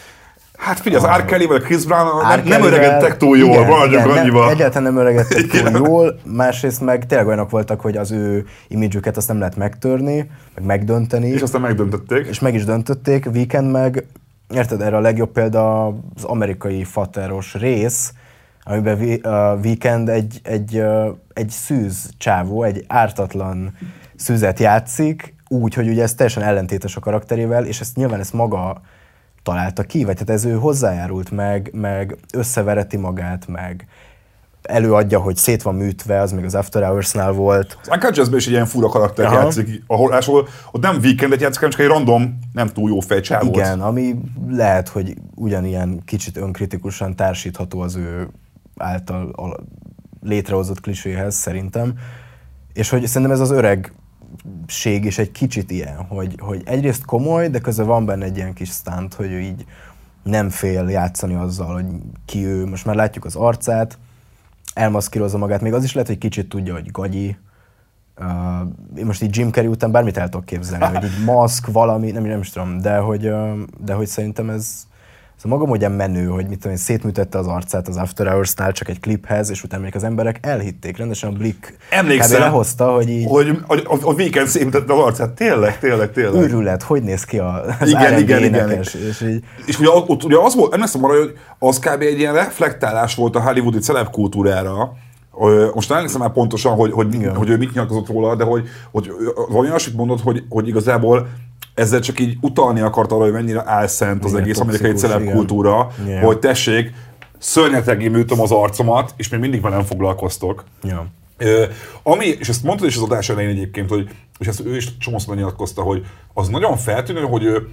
hát figyelj, az R. Kelly vagy a Chris Brown nem, nem öregedtek túl jól, maradjunk annyival. Egyáltalán nem öregedtek túl jól, másrészt meg tényleg olyanok voltak, hogy az ő imidzsüket azt nem lehet megtörni, meg megdönteni. És aztán megdöntötték. És meg is döntötték. Weekend meg, érted, erre a legjobb példa az amerikai fateros rész, amiben a Weekend egy, egy, egy szűz csávó, egy ártatlan szűzet játszik, úgy, hogy ugye ez teljesen ellentétes a karakterével, és ezt nyilván ezt maga találta ki, vagy tehát ez ő hozzájárult meg, meg összevereti magát, meg előadja, hogy szét van műtve, az még az After Hours-nál volt. Az Uncut Jazzben is egy ilyen fura karakter Aha. játszik, ahol, ahol ott nem Weekendet játszik, hanem csak egy random, nem túl jó fejcsávót. Igen, ami lehet, hogy ugyanilyen kicsit önkritikusan társítható az ő által létrehozott kliséhez szerintem. És hogy szerintem ez az öregség is egy kicsit ilyen, hogy, hogy egyrészt komoly, de közben van benne egy ilyen kis stunt, hogy ő így nem fél játszani azzal, hogy ki ő. Most már látjuk az arcát, elmaszkírozza magát, még az is lehet, hogy kicsit tudja, hogy gagyi. Uh, én most így Jim Carrey után bármit el tudok képzelni, hogy így maszk, valami, nem, nem is tudom, de hogy, uh, de hogy szerintem ez, ez a maga módján menő, hogy mit tudom én, szétműtette az arcát az After Hours-nál csak egy kliphez, és utána még az emberek elhitték, rendesen a Blick emlékszem, lehozta, hogy így... Hogy a, a, a Weekend szétműtette az arcát, tényleg, tényleg, tényleg. Őrület, hogy néz ki a, az igen, er and bé igen, énekes, igen. És, így... és ugye ott ugye az volt, emlékszem arra, hogy az kb. Egy ilyen reflektálás volt a hollywoodi celebkultúrára. Most nem emlékszem már pontosan, hogy, hogy, hogy ő mit nyilatkozott róla, de hogy, hogy valami olyasmit mondott, hogy, hogy igazából ezzel csak így utalni akart arra, hogy mennyire álszent az igen, egész amerikai celebkultúra, hogy tessék, szörnyetegé műtöm az arcomat, és még mindig velem foglalkoztok. Ja. Uh, ami, és ezt mondtad is az adás elején egyébként, hogy, és ezt ő is csomószor nyilatkozta, hogy az nagyon feltűnő, hogy ő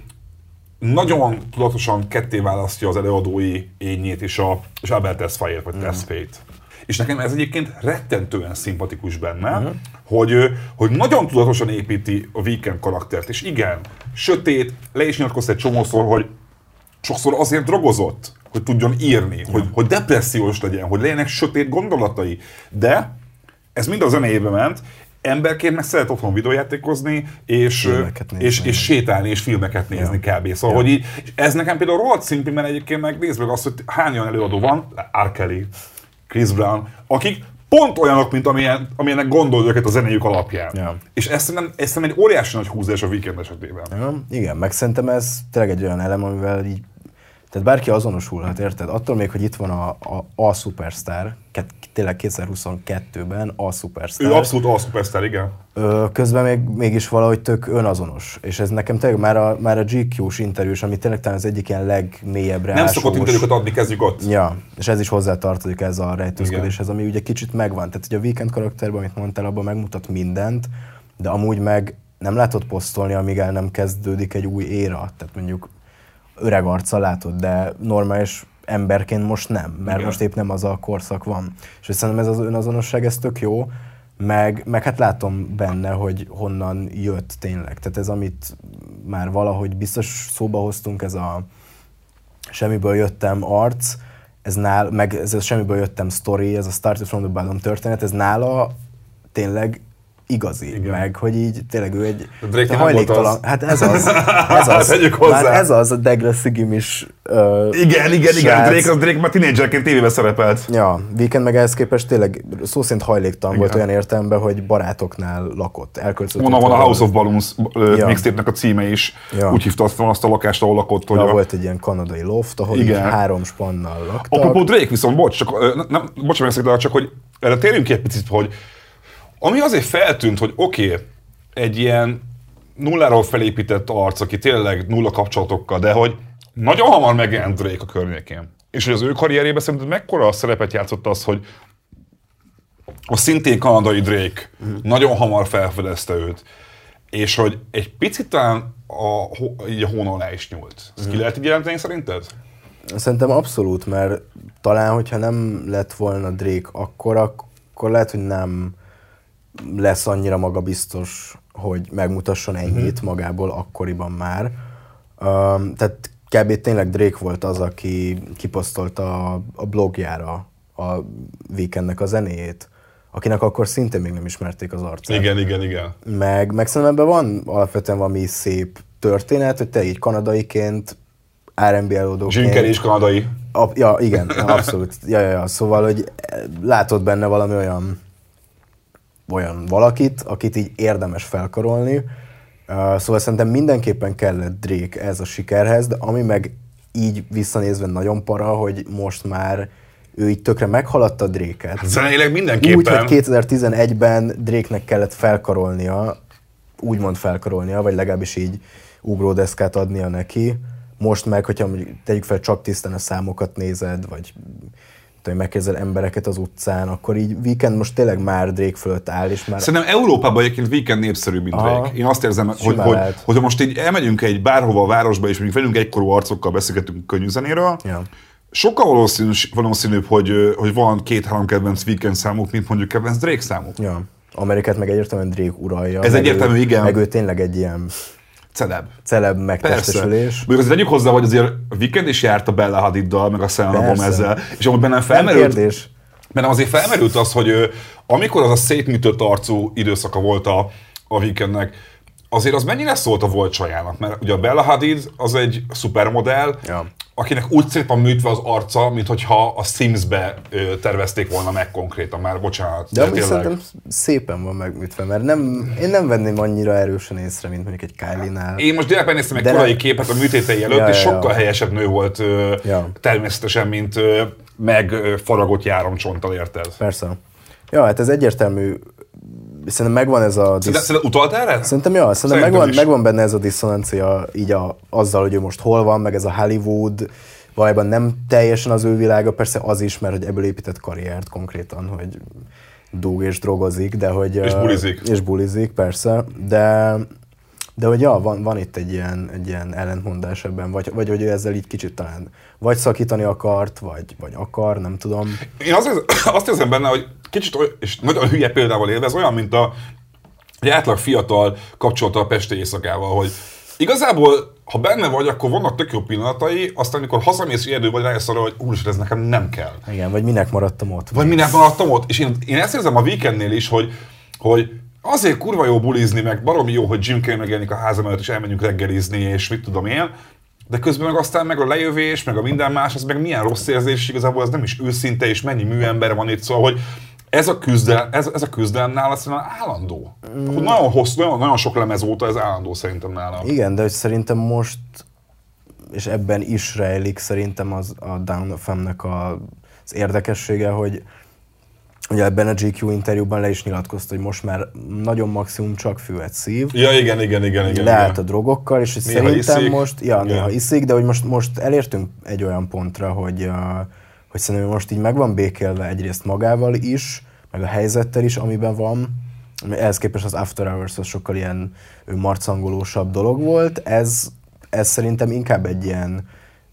nagyon tudatosan ketté választja az előadói ényét és a, és Abel Tesfaye-t, vagy mm. Tesfaye-t. És nekem ez egyébként rettentően szimpatikus benne, uh-huh. hogy, hogy nagyon tudatosan építi a Weekend karaktert. És igen, sötét, le is nyilatkozta egy csomószor, hogy sokszor azért drogozott, hogy tudjon írni, uh-huh. hogy, hogy depressziós legyen, hogy legyenek sötét gondolatai. De ez mind a zenéjébe ment, emberként meg szeret otthon videójátékozni, és, és, és sétálni, és filmeket nézni ja. kb. Szóval, ja. hogy így, ez nekem például rohadt szimpi, mert egyébként megnézd meg azt, hogy hány olyan előadó van, R. Kelly, Chris Brown, akik pont olyanok, mint amilyen, amilyenek gondolod őket a zenéjük alapján. Ja. És ez szerintem, ez szerintem egy óriási nagy húzás a Weekend esetében. Ja, igen, meg szerintem ez tényleg egy olyan elem, amivel így, tehát bárki azonosulhat, érted? Attól még, hogy itt van a, a, a Superstar, tényleg kétezer-huszonkettőben a Superstar. Ő abszolút a Superstar, igen. Közben még, mégis valahogy tök önazonos. És ez nekem tényleg már a, már a gé kú-s interjús, ami tényleg talán az egyik ilyen legmélyebbre Nem ásós. Szokott interjúkat adni, kezdjük ott. Ja, és ez is hozzátartozik ez a rejtőzködéshez, ami ugye kicsit megvan. Tehát ugye a Weekend karakterben, amit mondtál, abban megmutat mindent, de amúgy meg nem látod posztolni, amíg el nem kezdődik egy új éra. Tehát mondjuk öreg arccal látod, de normális emberként most nem, mert igen. most épp nem az a korszak van. És szerintem ez az önazonosság, ez tök jó, meg, meg hát látom benne, hogy honnan jött tényleg. Tehát ez, amit már valahogy biztos szóba hoztunk, ez a semmiből jöttem arc, ez nál, meg ez a semmiből jöttem sztori, ez a Started from the Bottom történet, ez nála tényleg igazi, igen. meg hogy így tényleg ő egy hajléktalan... Hát ez az, ez az, már ez az a Douglas Gimis uh, Igen, igen, srác. igen, Drake, az Drake már tínédzserként tévében szerepelt. Ja, Weekend meg ehhez képest tényleg szó szerint hajléktalan igen. volt olyan értelemben, hogy barátoknál lakott, elköltözött. Van, van a House of Balloons ja. mixtape-nek a címe is, ja. úgy hívta azt, azt a lakást, ahol lakott. Hogy ja, a... volt egy ilyen kanadai loft, ahol így három spannal laktak. Apropó Drake viszont, bocs, csak, nem, bocs, megszakítanak, csak hogy erre térjünk ki egy picit, hogy ami azért feltűnt, hogy oké, okay, egy ilyen nulláról felépített arc, aki tényleg nulla kapcsolatokkal, de hogy nagyon hamar megjelent Drake a környékén. És hogy az ő karrierjében szerinted mekkora szerepet játszott az, hogy a szintén kanadai Drake mm. nagyon hamar felfedezte őt, és hogy egy picit talán a, így a hóna alá is nyúlt. Ezt mm. ki lehet így jelenteni szerinted? Szerintem abszolút, mert talán, hogyha nem lett volna Drake akkor, akkor lehet, hogy nem lesz annyira magabiztos, hogy megmutasson ennyit magából akkoriban már. Um, tehát kb. Tényleg Drake volt az, aki kiposztolta a, a blogjára a Weekndnek a zenéjét, akinek akkor szintén még nem ismerték az arcát. Igen, igen, igen. Meg, meg szerintem ebben van alapvetően valami szép történet, hogy te így kanadaiként, er and bé előadóként... Jim Carrey is kanadai. A, ja, igen, abszolút. Ja, ja, ja. Szóval, hogy látod benne valami olyan, olyan valakit, akit így érdemes felkarolni. Uh, szóval szerintem mindenképpen kellett Drake ez a sikerhez, de ami meg így visszanézve nagyon para, hogy most már ő így tökre meghaladta Drake-et. Zeneileg mindenképpen. Úgy, hogy kétezer-tizenegyben Drake-nek kellett felkarolnia, úgymond felkarolnia, vagy legalábbis így ugródeszkát adnia neki. Most meg, hogyha tegyük fel, csak tisztán a számokat nézed, vagy megkérdezel embereket az utcán, akkor így Weeknd most tényleg már Drake fölött áll, és már... Szerintem Európában egyébként Weeknd népszerűbb, mint Drake. Aha. Én azt érzem, hogy, hogy, hogy most így elmegyünk egy bárhova a városba, és mondjuk velünk egykorú arcokkal beszélgetünk könnyű zenéről, ja. Sokkal valószínű, valószínűbb, hogy, hogy van két-három kedvenc Weeknd számuk, mint mondjuk kedvenc Drake számuk. Ja. Amerikát meg egyértelműen Drake uralja. Ez egyértelmű, ő, igen. Meg ő tényleg egy ilyen... Celeb. Celeb megtestesülés. Mondjuk azért tegyük hozzá, hogy azért Weeknd is járt a Bella Hadiddal, meg a Selena Gomezzel, és amúgy bennem felmerült, kérdés. bennem azért felmerült az, hogy ő, amikor az a szétműtött arcú időszaka volt a, a Weekndnek, azért az mennyire szólt a volt csajának, mert ugye a Bella Hadid az egy szupermodell, ja. Akinek úgy szép van műtve az arca, mintha a Sims-be ö, tervezték volna meg konkrétan, már bocsánat. De, de amúgy szerintem szépen van megműtve, mert nem, én nem venném annyira erősen észre, mint mondjuk egy Kylie-nál. Én most direkt megnéztem egy korai nem... képet a műtétei előtt, ja, és ja, sokkal ja. helyesebb nő volt ö, ja. természetesen, mint ö, meg ö, faragott járomcsonttal, érted? Persze. Ja, hát ez egyértelmű. Szerintem megvan ez a... Disz... Szerintem utalt erre? Szerintem, ja, szerintem, szerintem megvan, megvan benne ez a diszonancia így a, azzal, hogy ő most hol van, meg ez a Hollywood, valójában nem teljesen az ő világa, persze az is, mert hogy ebből épített karriert konkrétan, hogy dúg és drogozik, de hogy... És bulizik. És bulizik, persze, de... De hogy ja, van, van itt egy ilyen, egy ilyen ellentmondás ebben, vagy, vagy hogy ő ezzel így kicsit talán vagy szakítani akart, vagy, vagy akar, nem tudom. Én azt érzem, azt érzem benne, hogy kicsit olyan, és nagyon hülye példával élve, ez olyan, mint a, egy átlag fiatal kapcsolata a pesti éjszakával, hogy igazából, ha benne vagy, akkor vannak tök jó pillanatai, aztán amikor hazamész érdő vagy, rájössz arra, hogy úristen, ez nekem nem kell. Igen, vagy minek maradtam ott. Vagy minek maradtam ott. És én, én ezt érzem a Weekndnél is, hogy, hogy azért kurva jó bulizni, meg baromi jó, hogy Jim Carrey megjelenik a házam előtt, és elmenjünk reggelizni, és mit tudom én. De közben meg aztán meg a lejövés, meg a minden más, az meg milyen rossz érzés, és igazából ez nem is őszinte, és mennyi műember van itt, szóval, hogy ez a küzdelem, ez, ez a küzdelem nála szerintem állandó. Mm. Nagyon hosszú, nagyon, nagyon sok lemez óta ez állandó szerintem nála. Igen, de hogy szerintem most, és ebben is rejlik szerintem az, a Down of Fame-nek a, az érdekessége, hogy ugye ebben a gé kú interjúban le is nyilatkozta, hogy most már nagyon maximum csak füvet szív. Ja, igen, igen, igen. igen leállt igen. a drogokkal, és hogy néha szerintem iszik. most, ja, igen. néha iszik, de hogy most, most elértünk egy olyan pontra, hogy, uh, hogy szerintem most így meg van békélve egyrészt magával is, meg a helyzettel is, amiben van. Ehhez képest az After Hours az sokkal ilyen marcangolósabb dolog volt. Ez, ez szerintem inkább egy ilyen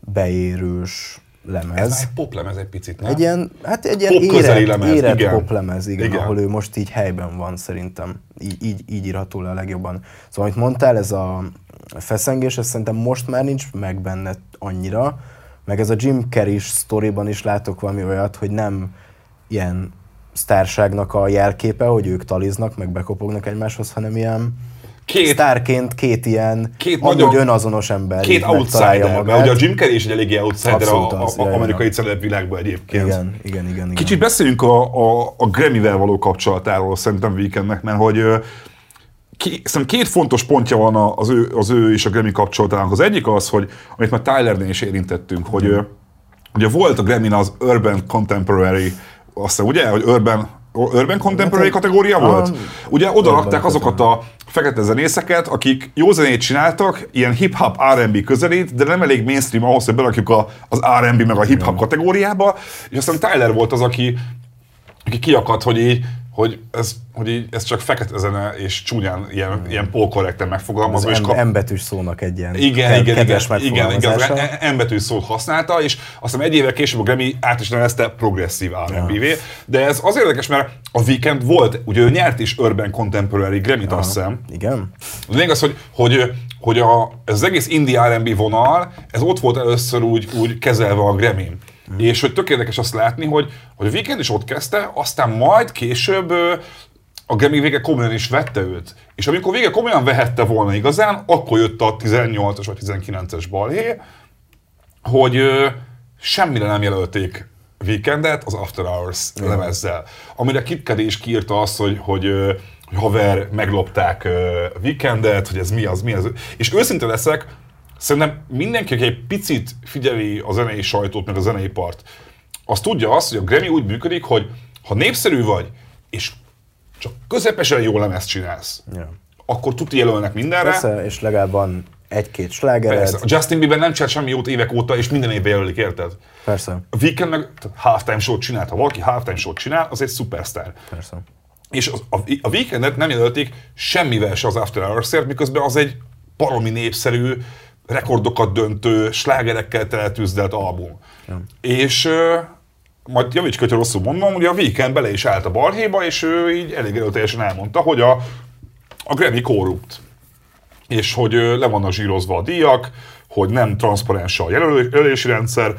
beérős lemez. Ez már egy poplemez egy picit, nem? Egy ilyen, hát egy ilyen érett, lemez, érett igen. poplemez, igen, igen, ahol ő most így helyben van szerintem. Így, így, így írható le a legjobban. Szóval, amit mondtál, ez a feszengés, ez szerintem most már nincs meg benne annyira, meg ez a Jim Carrey-s sztoriban is látok valami olyat, hogy nem ilyen sztárságnak a jelképe, hogy ők taliznak, meg bekopognak egymáshoz, hanem ilyen Két, sztárként két ilyen két amúgy nagyon, önazonos ember két outsider, magát. Ugye a Jim Carrey is egy eléggé outsider a, a, a amerikai celeb világban egyébként. Igen, igen, igen, igen. Kicsit beszéljünk a, a, a Grammy-vel való kapcsolatáról szerintem Weekndnek, mert hogy ki, szerintem két fontos pontja van az ő, az ő és a Grammy kapcsolatának. Az egyik az, hogy amit már Tylernél is érintettünk, hogy mm. ugye volt a Grammy-n az Urban Contemporary, aztán ugye, hogy Urban Urban Contemporary kategória volt? Ah, ugye oda rakták azokat a fekete zenészeket, akik jó zenét csináltak, ilyen hip-hop er and bé közelít, de nem elég mainstream ahhoz, hogy berakjuk a, az er and bé meg a hip-hop kategóriába, és aztán Tyler volt az, aki, aki kiakadt, hogy így hogy ez, hogy így, ez csak fekete zene és csúnyán ilyen, mm. ilyen polkorrekten megfogalmazva. Az és kap... M-betűs szónak egy ilyen igen, ke- igen, kedves igen, igen, megfogalmazása. igen, az M-betűs szót használta, és azt hiszem egy évvel később a Grammy át is nevezte progresszív er and bé-vé. Ja. De ez azért érdekes, mert a Weeknd volt, ugye ő nyert is Urban Contemporary Grammy-t, azt hiszem. Igen. Az lényeg az, hogy, hogy, hogy a, ez az egész indie er and bé vonal, ez ott volt először úgy, úgy kezelve a Grammy-n. Mm. És hogy tök érdekes azt látni, hogy, hogy a Weeknd is ott kezdte, aztán majd később a Grammy vége komolyan is vette őt. És amikor vége komolyan vehette volna igazán, akkor jött a tizennyolcas vagy tizenkilences balhé, hogy ö, semmire nem jelölték Weekendet az After Hours mm. lemezzel. Amire Kid Cudi is kiírta azt, hogy, hogy, hogy haver, meglopták Weekendet, hogy ez mi az, mi az. És őszinte leszek, szerintem mindenki, aki egy picit figyeli a zenei sajtót, meg a zeneipart, az tudja azt, hogy a Grammy úgy működik, hogy ha népszerű vagy, és csak közepesen jó lemezt csinálsz, yeah. akkor tuti jelölnek mindenre. Persze, és legalább van egy-két slágered. Persze. A Justin Bieber nem csinált semmi jót évek óta, és minden évben jelölik, érted? Persze. A Weeknd meg halftime show-t csinált. Ha valaki halftime show-t csinál, az egy szupersztár. Persze. És az, a, a Weekendet nem jelölték semmivel se az After Hours-ért, miközben az egy baromi népszerű, rekordokat döntő, slágerekkel teletűzdelt album. Ja. És uh, majd javíts, hogyha rosszul mondom, ugye a Weeknd bele is állt a balhéba, és ő így elég erőteljesen elmondta, hogy a, a Grammy korrupt. És hogy uh, le vannak zsírozva a díjak, hogy nem transzparens a jelölési rendszer,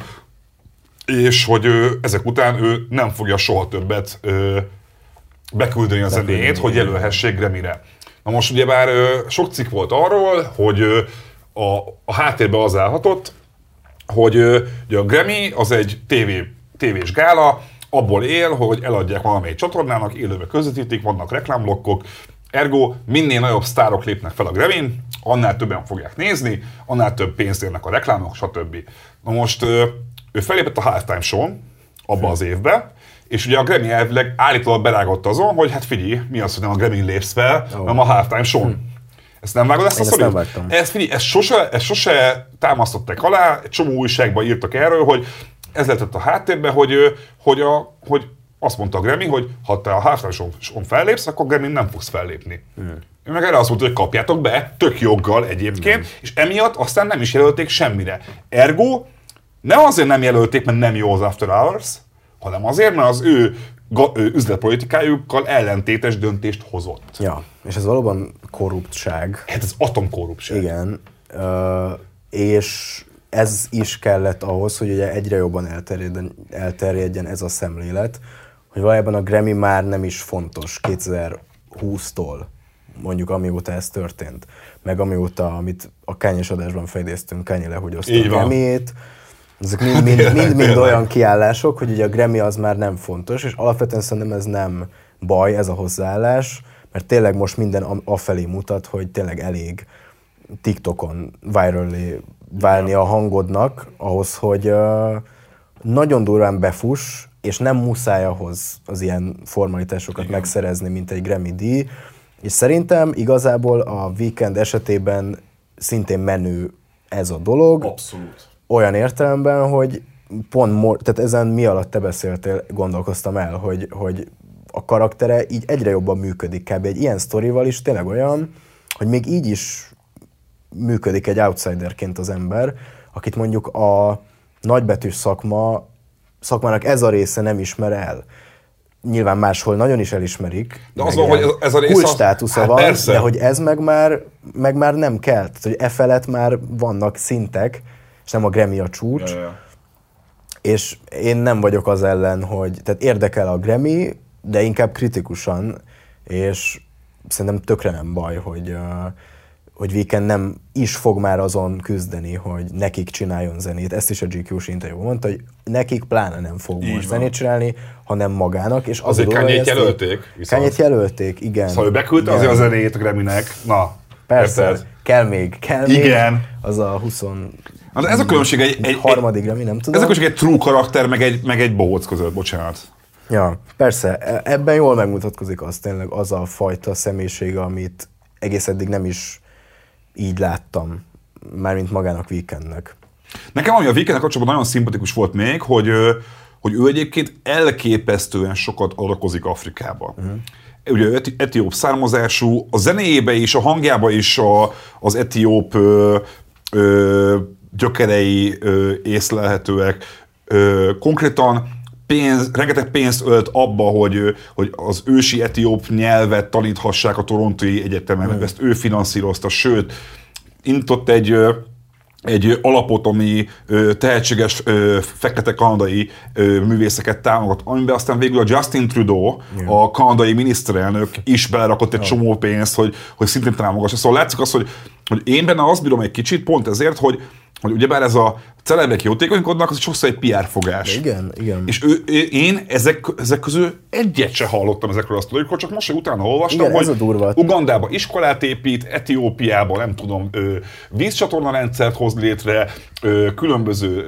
és hogy uh, ezek után ő nem fogja soha többet uh, beküldeni a zenéjét, hogy jelölhessék Grammy-re. Na most ugyebár uh, sok cikk volt arról, hogy uh, A, a háttérben az állhatott, hogy ugye a Grammy az egy tévé, tévés gála, abból él, hogy eladják valamelyik csatornának, élőbe közvetítik, vannak reklámblokkok, ergo minél nagyobb sztárok lépnek fel a Grammyn, annál többen fogják nézni, annál több pénzt érnek a reklámok, stb. Na most ő felépett a halftime show-n abba az évben, és ugye a Grammy elvileg állítólag berágott azon, hogy hát figyelj, mi az, hogy nem a Grammyn lépsz fel, oh. hanem a halftime show-n. Hm. Ezt nem vágod ezt Én a szorít? Ezt nem ezt, figyelj, ezt, sose, ezt sose támasztották alá, egy csomó újságban írtak erről, hogy ez lehetett a háttérben, hogy, hogy, a, hogy azt mondta a Grammy, hogy ha te a halftime show-on fellépsz, akkor Grammy nem fogsz fellépni. Mm. Ő meg erre azt mondta, hogy kapjátok be, tök joggal egyébként, mm. és emiatt aztán nem is jelölték semmire. Ergo, nem azért nem jelölték, mert nem jó az After Hours, hanem azért, mert az ő üzletpolitikájukkal ellentétes döntést hozott. Ja, és ez valóban korruptság. Hát ez atomkorruptság. Igen, uh, és ez is kellett ahhoz, hogy ugye egyre jobban elterjedjen, elterjedjen ez a szemlélet, hogy valójában a Grammy már nem is fontos kétezer-húsztól, mondjuk amióta ez történt, meg amióta, amit a Kányes adásban felidéztünk, Kanye lehúgyozta a Grammy-ét. Ezek mind-mind olyan kiállások, hogy ugye a Grammy az már nem fontos, és alapvetően szerintem ez nem baj, ez a hozzáállás, mert tényleg most minden afelé mutat, hogy tényleg elég TikTokon virallé válni a hangodnak, ahhoz, hogy uh, nagyon durván befuss, és nem muszáj ahhoz az ilyen formalitásokat Igen. megszerezni, mint egy Grammy díj, és szerintem igazából a Weeknd esetében szintén menő ez a dolog. Abszolút. Olyan értelemben, hogy pont, mo- tehát ezen mi alatt te beszéltél, gondolkoztam el, hogy, hogy a karaktere így egyre jobban működik kb. Egy ilyen sztorival is tényleg olyan, hogy még így is működik egy outsiderként az ember, akit mondjuk a nagybetűs szakma, szakmának ez a része nem ismer el. Nyilván máshol nagyon is elismerik. De az van, hogy ez a része... Kult státusza hát van, persze. De hogy ez meg már, meg már nem kell. Tehát, hogy e felett már vannak szintek, és nem a Grammy a csúcs. Ja, ja. És én nem vagyok az ellen, hogy... Tehát érdekel a Grammy, de inkább kritikusan, és szerintem tökre nem baj, hogy, uh, hogy Weeknd nem is fog már azon küzdeni, hogy nekik csináljon zenét. Ezt is a gé kú-s interjúban mondta, hogy nekik pláne nem fog Így most van. zenét csinálni, hanem magának. És azért Kanye-t jelölték. Kanye-t jelölték, igen. Szóval ő beküldte igen. azért a zenét a Grammy-nek. Na, persze, érted? kell még, kell igen. még. Az a húsz... Na, ez a különbség egy, egy, harmadik Grammy, nem tudom. Ez a különbség egy true karakter, meg egy, meg egy bohóc között, bocsánat. Ja, persze, ebben jól megmutatkozik az tényleg az a fajta személyisége, amit egész eddig nem is így láttam, mármint magának Weekndnek. Nekem ami a Weekndnek kapcsolatban nagyon szimpatikus volt még, hogy, hogy ő egyébként elképesztően sokat adakozik Afrikába. Uh-huh. Ugye eti- etióp származású, a zenéjébe is, a hangjába is a, az etióp ö, ö, gyökerei ö, észlelhetőek. Ö, konkrétan pénz, rengeteg pénzt ölt abba, hogy, hogy az ősi etióp nyelvet taníthassák a Torontói Egyetemen, mm. ezt ő finanszírozta, sőt, indított egy, egy alapot, ami tehetséges fekete kanadai művészeket támogat, amiben aztán végül a Justin Trudeau, yeah. a kanadai miniszterelnök is belerakott egy oh. csomó pénzt, hogy, hogy szintén támogassa. Szóval látszik az, hogy, hogy én benne azt bírom egy kicsit, pont ezért, hogy hogy ugyebár ez a celebrek jótékonykodnak, az sokszor egy pé er fogás. Igen, igen. És ő, én ezek, ezek közül egyet se hallottam ezekről a sztorikról, csak most, hogy utána olvastam, igen, hogy Ugandába iskolát épít, Etiópiába, nem tudom, vízcsatorna rendszert hoz létre, különböző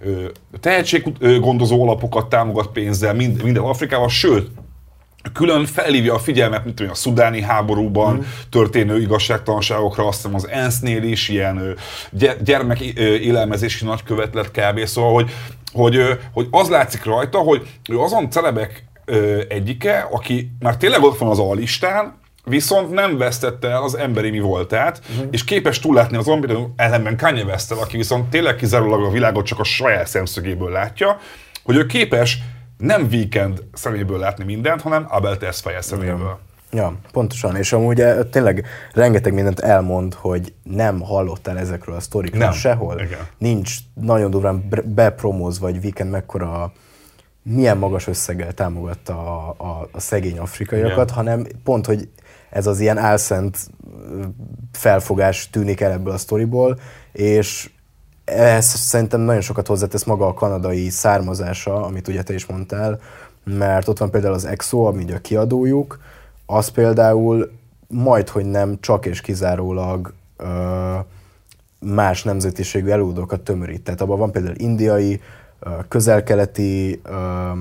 tehetséggondozó alapokat támogat pénzzel mind, minden Afrikával, sőt, külön felhívja a figyelmet, mint a szudáni háborúban mm. történő igazságtalanságokra, azt hiszem az ENSZ-nél is ilyen gyermek élelmezési nagykövet lett kb. Szóval, hogy, hogy, hogy az látszik rajta, hogy ő azon celebek egyike, aki már tényleg ott van az A-listán, viszont nem vesztette el az emberi mi voltát, uh-huh. és képes túllátni az zombit, ellenben Kanye West-tel, aki viszont tényleg kizárólag a világot csak a saját szemszögéből látja, hogy ő képes nem Weekend szeméből látni mindent, hanem Abel Tesfaye szeméből. Ja, pontosan, és amúgy tényleg rengeteg mindent elmond, hogy nem hallottál ezekről a sztorikról sehol. Igen. Nincs nagyon durván bepromózva, vagy Weekend mekkora, milyen magas összeggel támogatta a, a, a szegény afrikaiakat, igen. hanem pont, hogy ez az ilyen álszent felfogás tűnik el ebből a sztoriból, és ehhez szerintem nagyon sokat hozzátesz maga a kanadai származása, amit ugye te is mondtál, mert ott van például az EXO, ami ugye a kiadójuk, az például majdhogy nem csak és kizárólag ö, más nemzetiségű előadókat tömörít. Tehát abban van például indiai, ö, közel-keleti, ö,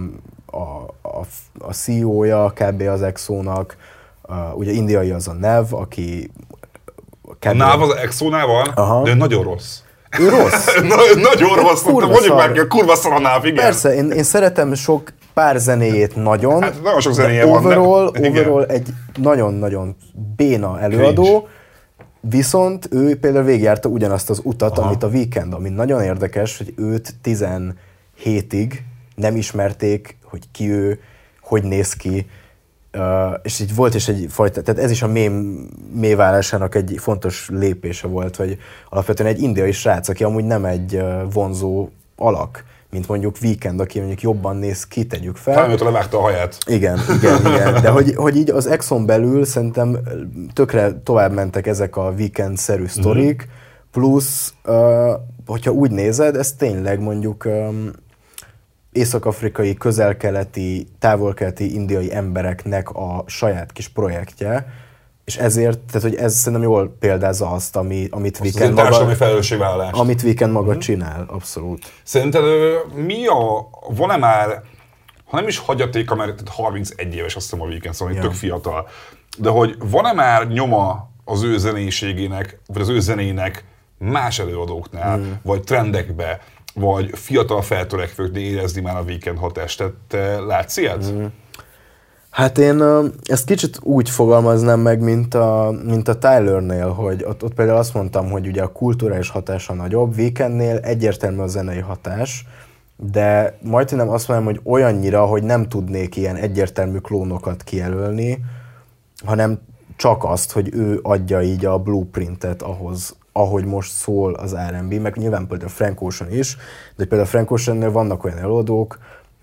a, a, a cé í ó-ja kb. Az EXO-nak, ö, ugye indiai az a Nev, aki... Kb. A Nav az EXO-nál van, aha. de nagyon rossz. Ő rossz. Na, nagyon rossz, mondjuk már ki, a kurva szar a Nav, igen. Persze, én, én szeretem sok pár zenéjét nagyon. Hát nagyon sok zenéje overall, van. Overall egy nagyon-nagyon béna előadó, Cringe. Viszont ő például végigjárta ugyanazt az utat, aha. amit a Weekend, ami nagyon érdekes, hogy őt tizenhétig nem ismerték, hogy ki ő, hogy néz ki, Uh, és így volt is egyfajta, tehát ez is a mém válásának egy fontos lépése volt, hogy alapvetően egy indiai srác, aki amúgy nem egy uh, vonzó alak, mint mondjuk Weekend, aki mondjuk jobban néz ki, tegyük fel. Talán őt levágta a haját. Igen, igen, igen. De hogy, hogy így az Exxon belül szerintem tökre tovább mentek ezek a Weekend-szerű sztorik, mm-hmm. plusz, uh, hogyha úgy nézed, ez tényleg mondjuk um, észak-afrikai, közel-keleti, távol-keleti, indiai embereknek a saját kis projektje, és ezért, tehát hogy ez szerintem jól példázza azt, ami, amit azt Weekend maga, felelősségvállalás. Amit Weekend maga mm-hmm. csinál, abszolút. Szerinted mi a, van-e már, ha nem is hagyatéka, mert harmincegy éves azt hiszem a Weekend, szóval ja. tök fiatal, de hogy van-e már nyoma az ő zenéségének, vagy az ő zenének más előadóknál, mm. vagy trendekbe, vagy fiatal feltörekvőknél érezni már a Weekend hatást. Tehát te látsz ilyet? Mm. Hát én ezt kicsit úgy fogalmaznám meg, mint a, mint a Tylernél, hogy ott, ott például azt mondtam, hogy ugye a kulturális hatása nagyobb, Weekendnél egyértelmű a zenei hatás, de majd nem azt mondom, hogy olyannyira, hogy nem tudnék ilyen egyértelmű klónokat kijelölni, hanem csak azt, hogy ő adja így a blueprintet ahhoz, ahogy most szól az er and bé, meg nyilván például Frank Ocean is, de például Frank Oceannél vannak olyan előadók,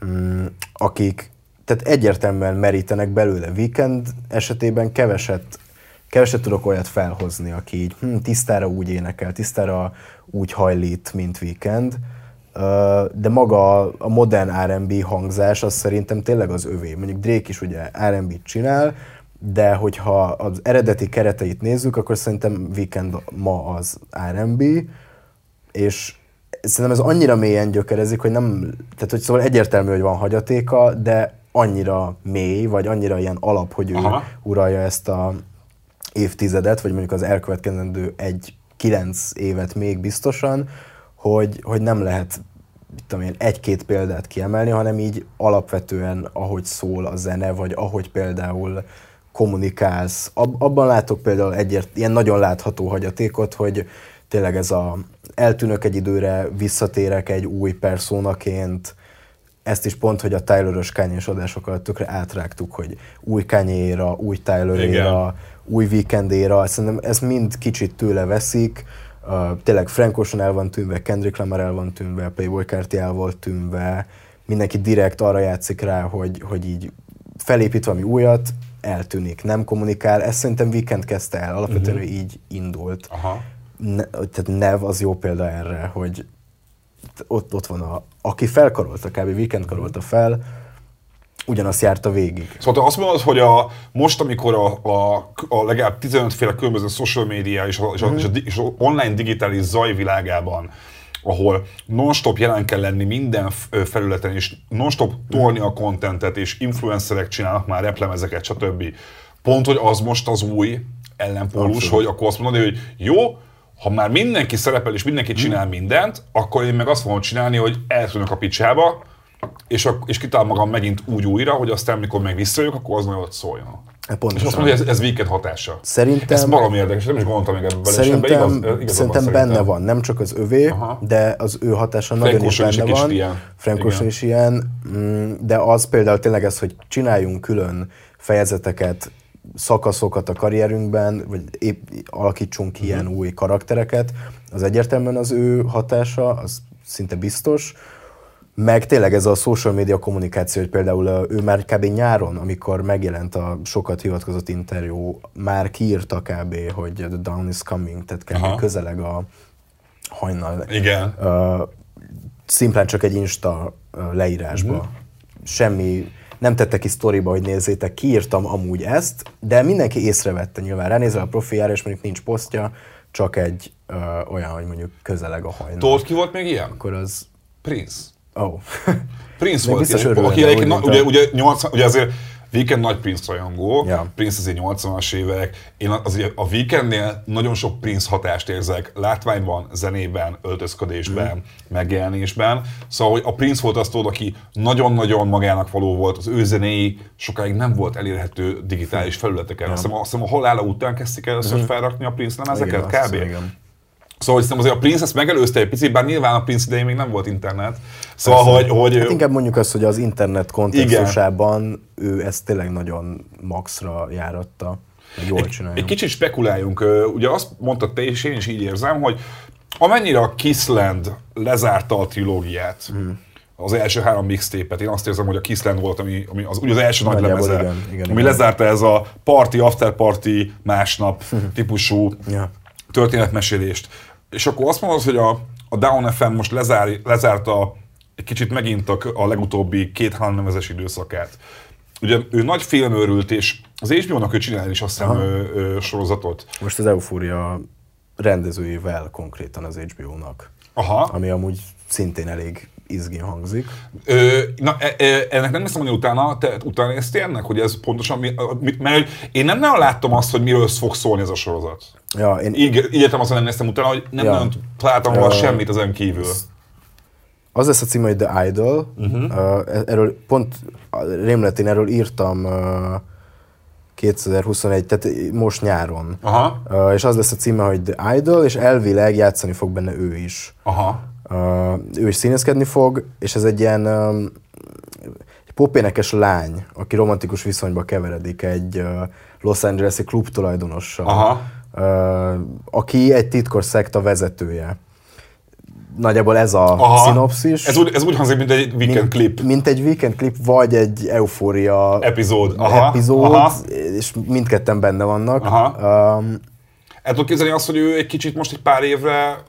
akik tehát egyértelműen merítenek belőle. Weekend esetében keveset, keveset tudok olyat felhozni, aki így hm, tisztára úgy énekel, tisztára úgy hajlít, mint Weekend, de maga a modern er and bé hangzás az szerintem tényleg az övé. Mondjuk Drake is ugye er and bét csinál, de hogyha az eredeti kereteit nézzük, akkor szerintem Weekend ma az er and bé, és szerintem ez annyira mélyen gyökerezik, hogy nem, tehát hogy szóval egyértelmű, hogy van hagyatéka, de annyira mély, vagy annyira ilyen alap, hogy ő aha. uralja ezt a évtizedet, vagy mondjuk az elkövetkezendő egy kilenc évet még biztosan, hogy, hogy nem lehet mit tudom én, egy-két példát kiemelni, hanem így alapvetően ahogy szól a zene, vagy ahogy például kommunikálsz. Ab, abban látok például egyért, ilyen nagyon látható hagyatékot, hogy tényleg ez a eltűnök egy időre, visszatérek egy új personaként. Ezt is pont, hogy a Tyler-ös Kanye-s adásokat tökre átrágtuk, hogy új Kanye-ra, új Tyler-éra, új Weekend-éra. Szerintem ez mind kicsit tőle veszik. Uh, tényleg Frank Ocean el van tűnve, Kendrick Lamar el van tűnve, Playboi Carti el volt tűnve. Mindenki direkt arra játszik rá, hogy, hogy így felépít valami újat, eltűnik, nem kommunikál. Ezt szerintem Weekend kezdte el, alapvetően uh-huh. így indult. Aha. Ne, tehát Nev az jó példa erre, hogy ott, ott van a, aki felkarolta, kb. Weekend karolta fel, ugyanazt járta végig. Szóval te azt mondod, hogy a, most, amikor a, a, a legalább tizenöt féle különböző social media és a, és, a, mm. és, a, és a online digitális zajvilágában, ahol non-stop jelen kell lenni minden felületen, és non-stop tolni a contentet, és influencerek csinálnak már replemezeket, stb. Pont, hogy az most az új ellenpólus, abszolút. Hogy akkor azt mondod, hogy jó, ha már mindenki szerepel és mindenki csinál mm. mindent, akkor én meg azt fogom csinálni, hogy eltűnök a picsába, és, a, és kitálom magam megint úgy újra, hogy aztán, mikor meg visszajövök, akkor az nagyon ott szóljon. Pontosan. És azt mondja, hogy ez, ez Weekend hatása. Szerintem, ez baromi érdekes, nem is gondoltam még ebben bele. Szerintem, igaz, igaz szerintem benne szerintem. Van, nem csak az övé, aha. de az ő hatása Frank nagyon is benne van. Frank Ocean is ilyen, de az például tényleg ez, hogy csináljunk külön fejezeteket, szakaszokat a karrierünkben, vagy épp alakítsunk uh-huh. ilyen új karaktereket, az egyértelműen az ő hatása, az szinte biztos. Meg tényleg ez a social media kommunikáció, hogy például ő már kb. Nyáron, amikor megjelent a sokat hivatkozott interjú, már kiírta kb., hogy the dawn is coming, tehát kb. Aha. közeleg a hajnal. Igen. Uh, szimplán csak egy Insta leírásba. Uh-huh. Semmi, nem tette ki sztoriba, hogy nézzétek, kiírtam amúgy ezt, de mindenki észrevette nyilván. Ránézel a profiljára, és mondjuk nincs posztja, csak egy uh, olyan, hogy mondjuk közeleg a hajnal. Tudod, ki volt még ilyen? Akkor az... Prince. Oh. Prince volt ilyen, örülne, aki egyébként, na, ugye, ugye, nyolcvan, ugye azért Weekend nagy Prince rajongó, ja. Prince azért nyolcvanas évek, én azért a Weekendnél nagyon sok Prince hatást érzek látványban, zenében, öltözködésben, mm. megjelenésben. Szóval hogy a Prince volt azt tudod, aki nagyon-nagyon magának való volt, az ő zenéi sokáig nem volt elérhető digitális felületeken. Ja. Azt hiszem, azt hiszem a halála után kezdték először mm. felrakni a Prince lemezeket, kb. Hiszem, Szóval hiszem azért a Prince ezt megelőzte egy picit, bár nyilván a Prince idején még nem volt internet. Szóval, hogy, hogy... Hát inkább mondjuk azt, hogy az internet kontextusában igen. ő ezt tényleg nagyon maxra járatta, jól csinálja. Egy kicsit spekuláljunk. Ugye azt mondtad te, és én is így érzem, hogy amennyire a Kissland lezárta a trilógiát, hmm. az első három mixtépet, én azt érzem, hogy a Kissland volt, ami, ami az, ugye az első nagy lemeze, igen, igen, ami igen. lezárta ez a party, after party, másnap típusú ja. történetmesélést. És akkor azt mondod, hogy a, a Down ef em most lezár, lezárta egy kicsit megint a, a legutóbbi két-három nevezes időszakát. Ugye ő nagy filmőrült, és az há bé ó-nak ő csinál is azt hiszem ö, ö, sorozatot. Most az Euphoria rendezőjével konkrétan az há bé ó-nak. Aha. Ami amúgy szintén elég izgén hangzik. Ö, na, e, e, ennek nem hiszem, hogy utána, te utána néztél ennek, hogy ez pontosan mi, mert én nem nagyon láttam azt, hogy miről fog szólni ez a sorozat. Ja, én... Így, így értem azt, hogy nem néztem utána, hogy nem ja. nagyon találtam volna uh, semmit ezen kívül. Az lesz a címe, hogy The Idol. Uh-huh. Uh, erről pont rémletén erről írtam uh, kétezer-huszonegy, tehát most nyáron. Aha. Uh, és az lesz a címe, hogy The Idol, és elvileg játszani fog benne ő is. Aha. Uh, ő is színészkedni fog, és ez egy ilyen um, egy popénekes lány, aki romantikus viszonyba keveredik egy uh, Los Angeles-i klub tulajdonossal. Aha. Uh, aki egy titkos szekta vezetője. Nagyjából ez a aha. szinopszis. Ez úgy, ez úgy hangzik, mint egy weekend mint, klip. Mint egy weekend klip, vagy egy Euphoria epizód, aha. epizód aha. és mindketten benne vannak. Um, El tudod képzelni azt, hogy ő egy kicsit most egy pár évre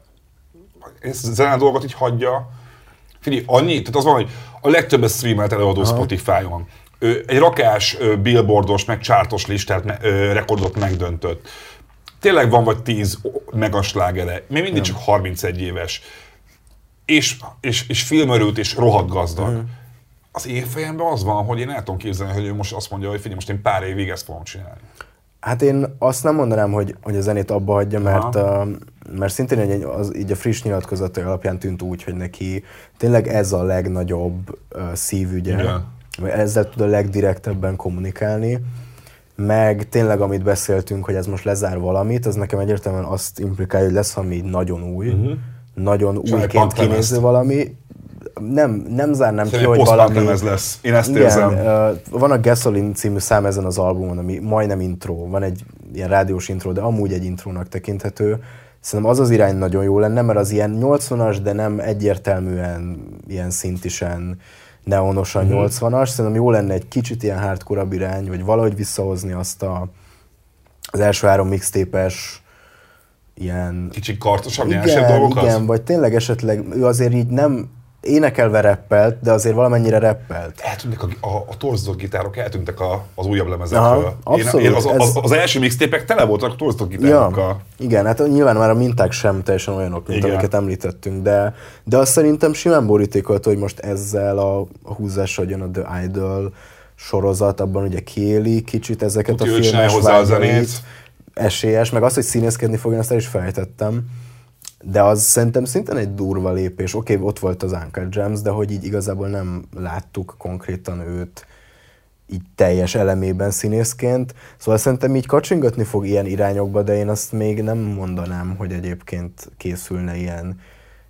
ezt zene dolgot így hagyja. Figyelj, annyi, tehát az van, hogy a legtöbbet streamelt előadó aha. Spotify-on. Ő egy rakás billboardos, meg chartos listát, me, ö, rekordot megdöntött. Tényleg van vagy tíz megaslágere, még mindig csak harmincegy éves. És, és, és filmörült, és rohadt gazdag. Mm. Az én fejemben az van, hogy én el tudom képzelni, hogy ő most azt mondja, hogy figyelj, most én pár évig ezt fogom csinálni. Hát én azt nem mondanám, hogy, hogy a zenét abba hagyja, mert, uh, mert szintén egy, az, így a friss nyilatkozatai alapján tűnt úgy, hogy neki tényleg ez a legnagyobb uh, szívügye, vagy ezzel tud a legdirektebben kommunikálni, meg tényleg amit beszéltünk, hogy ez most lezár valamit, az nekem egyértelműen azt implikálja, hogy lesz valami nagyon új, uh-huh. nagyon újként kinéző valami. Nem, nem zárnám ki, hogy valami... ez lesz. Én ezt igen, érzem. Uh, van a Gasoline című szám ezen az albumon, ami majdnem intro. Van egy ilyen rádiós intro, de amúgy egy intrónak tekinthető. Szerintem az az irány nagyon jó lenne, mert az ilyen nyolcvanas, de nem egyértelműen ilyen szintisen neonosan mm-hmm. nyolcvanas. Szerintem jó lenne egy kicsit ilyen hardcore-abb irány, vagy valahogy visszahozni azt a, az első három mixtape-es ilyen... Kicsit kartosabb, nyersen dolgokat? Igen, vagy tényleg esetleg ő azért így nem énekelve rappelt, de azért valamennyire rappelt. Eltűntek a, a, a torzdott gitárok, eltűntek a, az újabb lemezekről. Aha, abszolút, én, én az, ez... az, az első mixtépek tele voltak torzdott gitárokkal. Ja, igen, hát nyilván már a minták sem teljesen olyanok, mint igen. amiket említettünk, de, de azt szerintem simán borítékolta, hogy most ezzel a, a húzással jön a The Idol sorozat, abban ugye kiéli kicsit ezeket Úgy, a filmes vágyait, esélyes, meg az, hogy színészkedni fogjon, azt el is fejtettem. De az szerintem szintén egy durva lépés. Oké, okay, ott volt az Uncut Gems, de hogy így igazából nem láttuk konkrétan őt így teljes elemében színészként. Szóval szerintem így kacsingatni fog ilyen irányokba, de én azt még nem mondanám, hogy egyébként készülne ilyen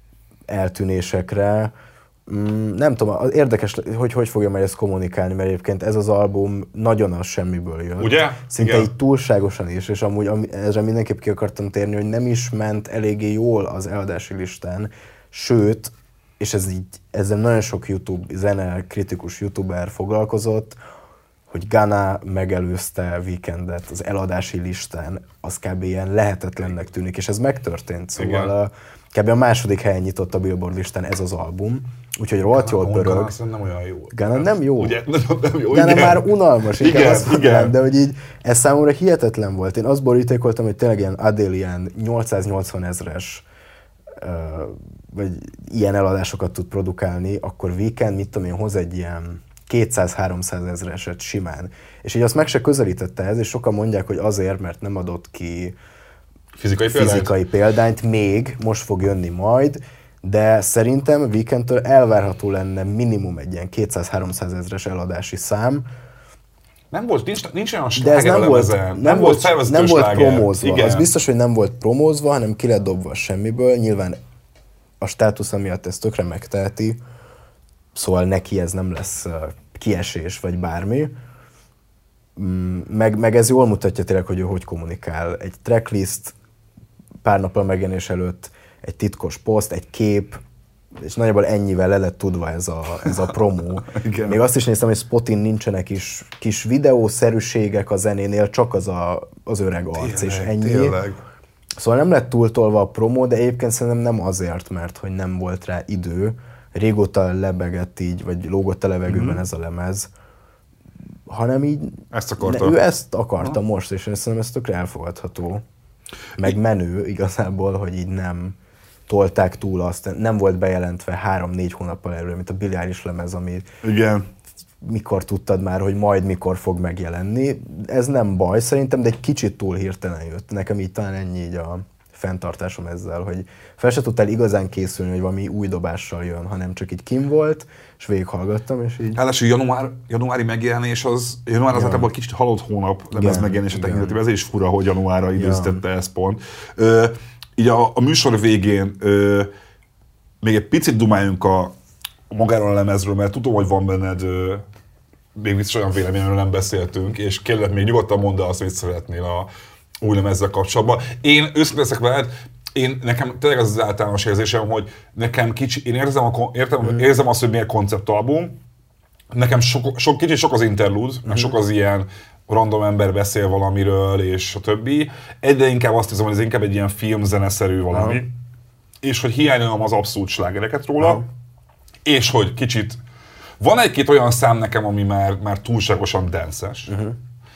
eltűnésekre. Mm, nem tudom, érdekes, hogy hogy fogja majd ezt kommunikálni, mert egyébként ez az album nagyon az semmiből jött. Ugye? Szinte igen. így túlságosan is, és amúgy ezre mindenképp ki akartam térni, hogy nem is ment eléggé jól az eladási listán, sőt, és ez így, ezzel nagyon sok YouTube, zene kritikus youtuber foglalkozott, hogy Gunna megelőzte Weekendet az eladási listán, az kb. Ilyen lehetetlennek tűnik, és ez megtörtént, szóval a, kb. A második helyen nyitott a Billboard listán ez az album, úgyhogy rohadt jól pörög. Gunna nem olyan jó. Gunna nem jó. Ugye? Nem jó, Gunna már unalmas, igen, igen, azt igen. mondanám, de hogy így ez számomra hihetetlen volt. Én azt borítékoltam, hogy tényleg ilyen Adele ilyen nyolcszáznyolcvan ezres uh, vagy ilyen eladásokat tud produkálni, akkor Weekend, mit tudom én, hoz egy ilyen kétszáz-háromszáz ezreset simán. És így azt meg se közelítette ez, és sokan mondják, hogy azért, mert nem adott ki fizikai példányt, fizikai példányt még, most fog jönni majd, de szerintem Weekendtől elvárható lenne minimum egy ilyen kétszáz-háromszáz ezres eladási szám. Nem volt, nincs, nincs olyan de ez nem volt, nem, nem volt, volt, nem volt promózva. Igen. Az biztos, hogy nem volt promózva, hanem ki lett dobva semmiből. Nyilván a státusza miatt ezt tökre megteheti, szóval neki ez nem lesz kiesés vagy bármi. Meg, meg ez jól mutatja tényleg, hogy ő hogy kommunikál. Egy tracklist, pár nappal megjelenés előtt egy titkos poszt, egy kép, és nagyjából ennyivel le lett tudva ez a, ez a promó. Még azt is néztem, hogy Spotin nincsenek is kis videószerűségek a zenénél, csak az a, az öreg arc, tényleg, és ennyi. Tényleg. Szóval nem lett túltolva a promó, de egyébként szerintem nem azért, mert hogy nem volt rá idő. Régóta lebegett így, vagy lógott a levegőben mm-hmm. ez a lemez, hanem így... Ezt akarta. Ne, ő ezt akarta ha. most, és szerintem ez tökre elfogadható. Meg menő igazából, hogy így nem tolták túl azt, nem volt bejelentve három-négy hónappal előre, mint a Billie Eilish lemez, ami igen. mikor tudtad már, hogy majd mikor fog megjelenni. Ez nem baj szerintem, de egy kicsit túl hirtelen jött. Nekem így talán ennyi így a fenntartásom ezzel, hogy fel se tudtál igazán készülni, hogy valami új dobással jön, hanem csak így kim volt, és végighallgattam, és így... Ráadásul január, januári megjelenés az, január az általában kicsit halott hónap lemez megjelenése tekintetében, ezért is fura, hogy januárra időztette ezt pont. Ö, így a, a műsor végén ö, még egy picit dumáljunk a, a magáról a lemezről, mert tudom, hogy van benned ö, még biztos olyan véleményről nem beszéltünk, és kérlek még nyugodtan mondd azt, hogy szeretnél a új lemezzel kapcsolatban. Én őszintén leszek veled, én, nekem tényleg az az általános érzésem, hogy nekem kicsi, én érzem, a, értem, mm. érzem azt, hogy miért konceptalbum, nekem sok, sok, kicsit sok az interlude, mm. meg sok az ilyen random ember beszél valamiről, és a többi. Egyre inkább azt hiszem, hogy ez inkább egy ilyen filmzeneszerű valami, mm. és hogy hiányolom az abszolút slágereket róla, mm. és hogy kicsit, van egy-két olyan szám nekem, ami már, már túlságosan dances. Mm-hmm.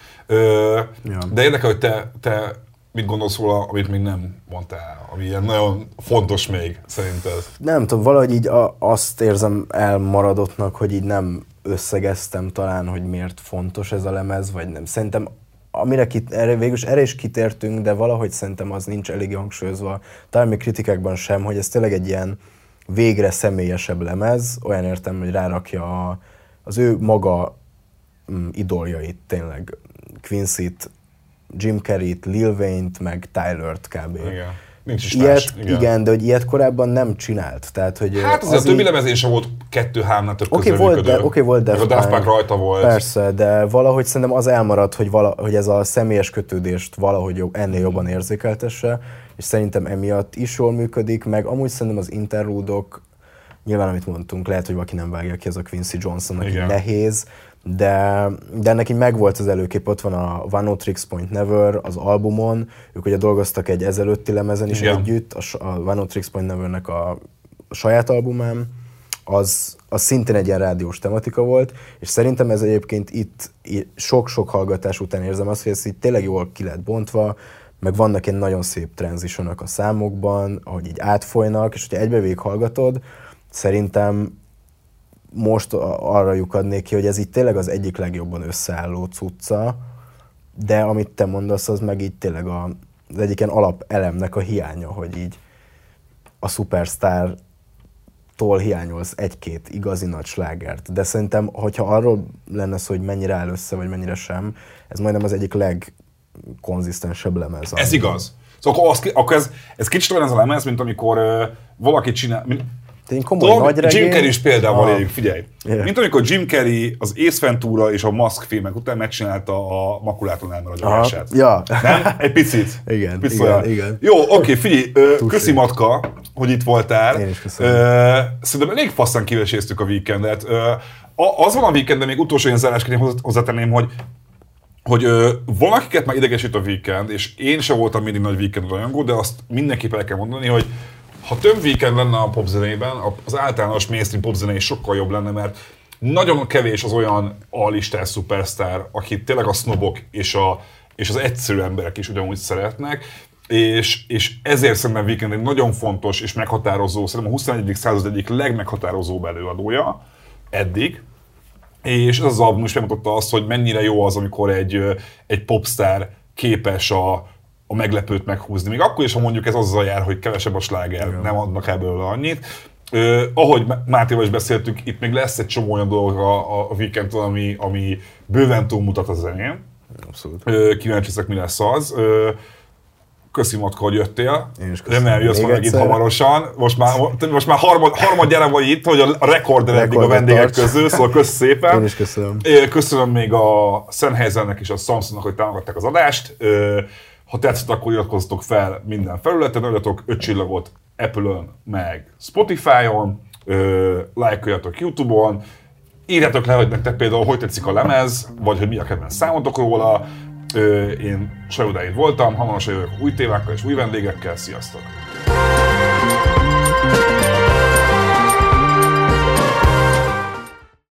Ö, ja. De érdekel, hogy te, te mit gondolsz róla, amit még nem mondtál, ami ilyen nagyon fontos még szerinted? Nem tudom, valahogy így a, azt érzem elmaradottnak, hogy így nem összegeztem talán, hogy miért fontos ez a lemez, vagy nem. Szerintem a, amire kit, erre, végülis erre is kitértünk, de valahogy szerintem az nincs elég hangsúlyozva, talán még kritikákban sem, hogy ez tényleg egy ilyen végre személyesebb lemez, olyan értem, hogy rárakja a, az ő maga mm, idoljait, tényleg Quincy-t, Jim Carrey-t, Lil Wayne-t, meg Tyler-t kb. Igen. Nincs is ilyet, más. Igen. igen, de hogy ilyet korábban nem csinált. Tehát, hogy hát azért az a többi lemezén sem volt kettő-háromnál több okay, volt, de, Oké, okay, volt Daft Punk. A Daft Punk rajta volt. Persze, de valahogy szerintem az elmaradt, hogy, vala, hogy ez a személyes kötődést valahogy jobb, ennél jobban érzékeltesse, és szerintem emiatt is jól működik, meg amúgy szerintem az interlúdok, nyilván amit mondtunk, lehet, hogy valaki nem vágja ki, ez a Quincy Johnson, aki nehéz, de, de ennek így megvolt az előkép, ott van a One No Tricks Point Never az albumon, ők ugye dolgoztak egy ezelőtti lemezen is igen. együtt, a, a One No Tricks Point Nevernek a, a saját albumán, az, az szintén egy ilyen rádiós tematika volt, és szerintem ez egyébként itt, itt sok-sok hallgatás után érzem azt, hogy ez így tényleg jól ki lett bontva, meg vannak ilyen nagyon szép transitionok a számokban, ahogy így átfolynak, és hogyha egybe végig hallgatod, szerintem most arra lyukadnék ki, hogy ez így tényleg az egyik legjobban összeálló cucca, de amit te mondasz, az meg így tényleg a, az egyik ilyen alapelemnek a hiánya, hogy így a Superstar-tól hiányolsz egy-két igazi nagy slágert. De szerintem, hogyha arról lenne szó, hogy mennyire áll össze, vagy mennyire sem, ez majdnem az egyik legkonzisztensebb lemez. Ez igaz. Szóval akkor, az, akkor ez, ez kicsit olyan ez a lemez, mint amikor uh, valaki csinál... Mint, komoly Tudom, nagy regény. Jim Carrey is például éljük, figyelj. Yeah. Mint amikor Jim Carrey az Ace Ventura és a Mask filmek után megcsinálta a Makulátlan elmaradását. Ja. Nem? Egy picit. Igen, picit igen, igen. Jó, oké, okay, figyelj, uh, köszi Matka, hogy itt voltál. Én is köszönöm. Uh, szerintem elég faszán kiveséztük a weekendet. Uh, az van a weekend, még utolsó ilyen zárásként hozzátenném, hogy hogy ö, valakiket már idegesít a weekend, és én sem voltam mindig nagy weekend rajongó, de azt mindenképp el kell mondani, hogy ha több weekend lenne a popzenében, az általános mainstream popzene is sokkal jobb lenne, mert nagyon kevés az olyan A-listás szupersztár, akit tényleg a sznobok és, a, és az egyszerű emberek is ugyanúgy szeretnek, és, és ezért szerintem Weekend egy nagyon fontos és meghatározó, szerintem a huszonegyedik század egyik legmeghatározóbb előadója eddig, és ez az album is megmutatta azt, hogy mennyire jó az, amikor egy, egy popstar képes a, a meglepőt meghúzni. Még akkor is, ha mondjuk ez azzal jár, hogy kevesebb a sláger, igen. nem adnak ebből annyit. Uh, ahogy Mátéval is beszéltük, itt még lesz egy csomó olyan dolog a, a Weekendtől, ami, ami bőven túlmutat a zenén. Abszolút. Uh, kíváncsi leszek, mi lesz az. Uh, Köszi Matka, hogy jöttél. Én is köszönöm. Remélem, jössz majd itt hamarosan. Most már, most már harmad, harmadjára vagy itt, hogy a rekorder eddig a vendégek tarts. közül, szóval kösz szépen. Én is köszönöm. Köszönöm még a Sennheisernek és a Samsungnak, hogy támogatták az adást. Ha tetszett, akkor iratkozzatok fel minden felületen, adjatok öt csillagot Apple-ön, meg Spotify-on, lájkoljatok YouTube-on, írjátok le, hogy nektek például hogy tetszik a lemez, vagy hogy mi a kedvenc számotok róla. Én Sajó Dávid voltam, hamarosan jövök új témákkal és új vendégekkel, sziasztok!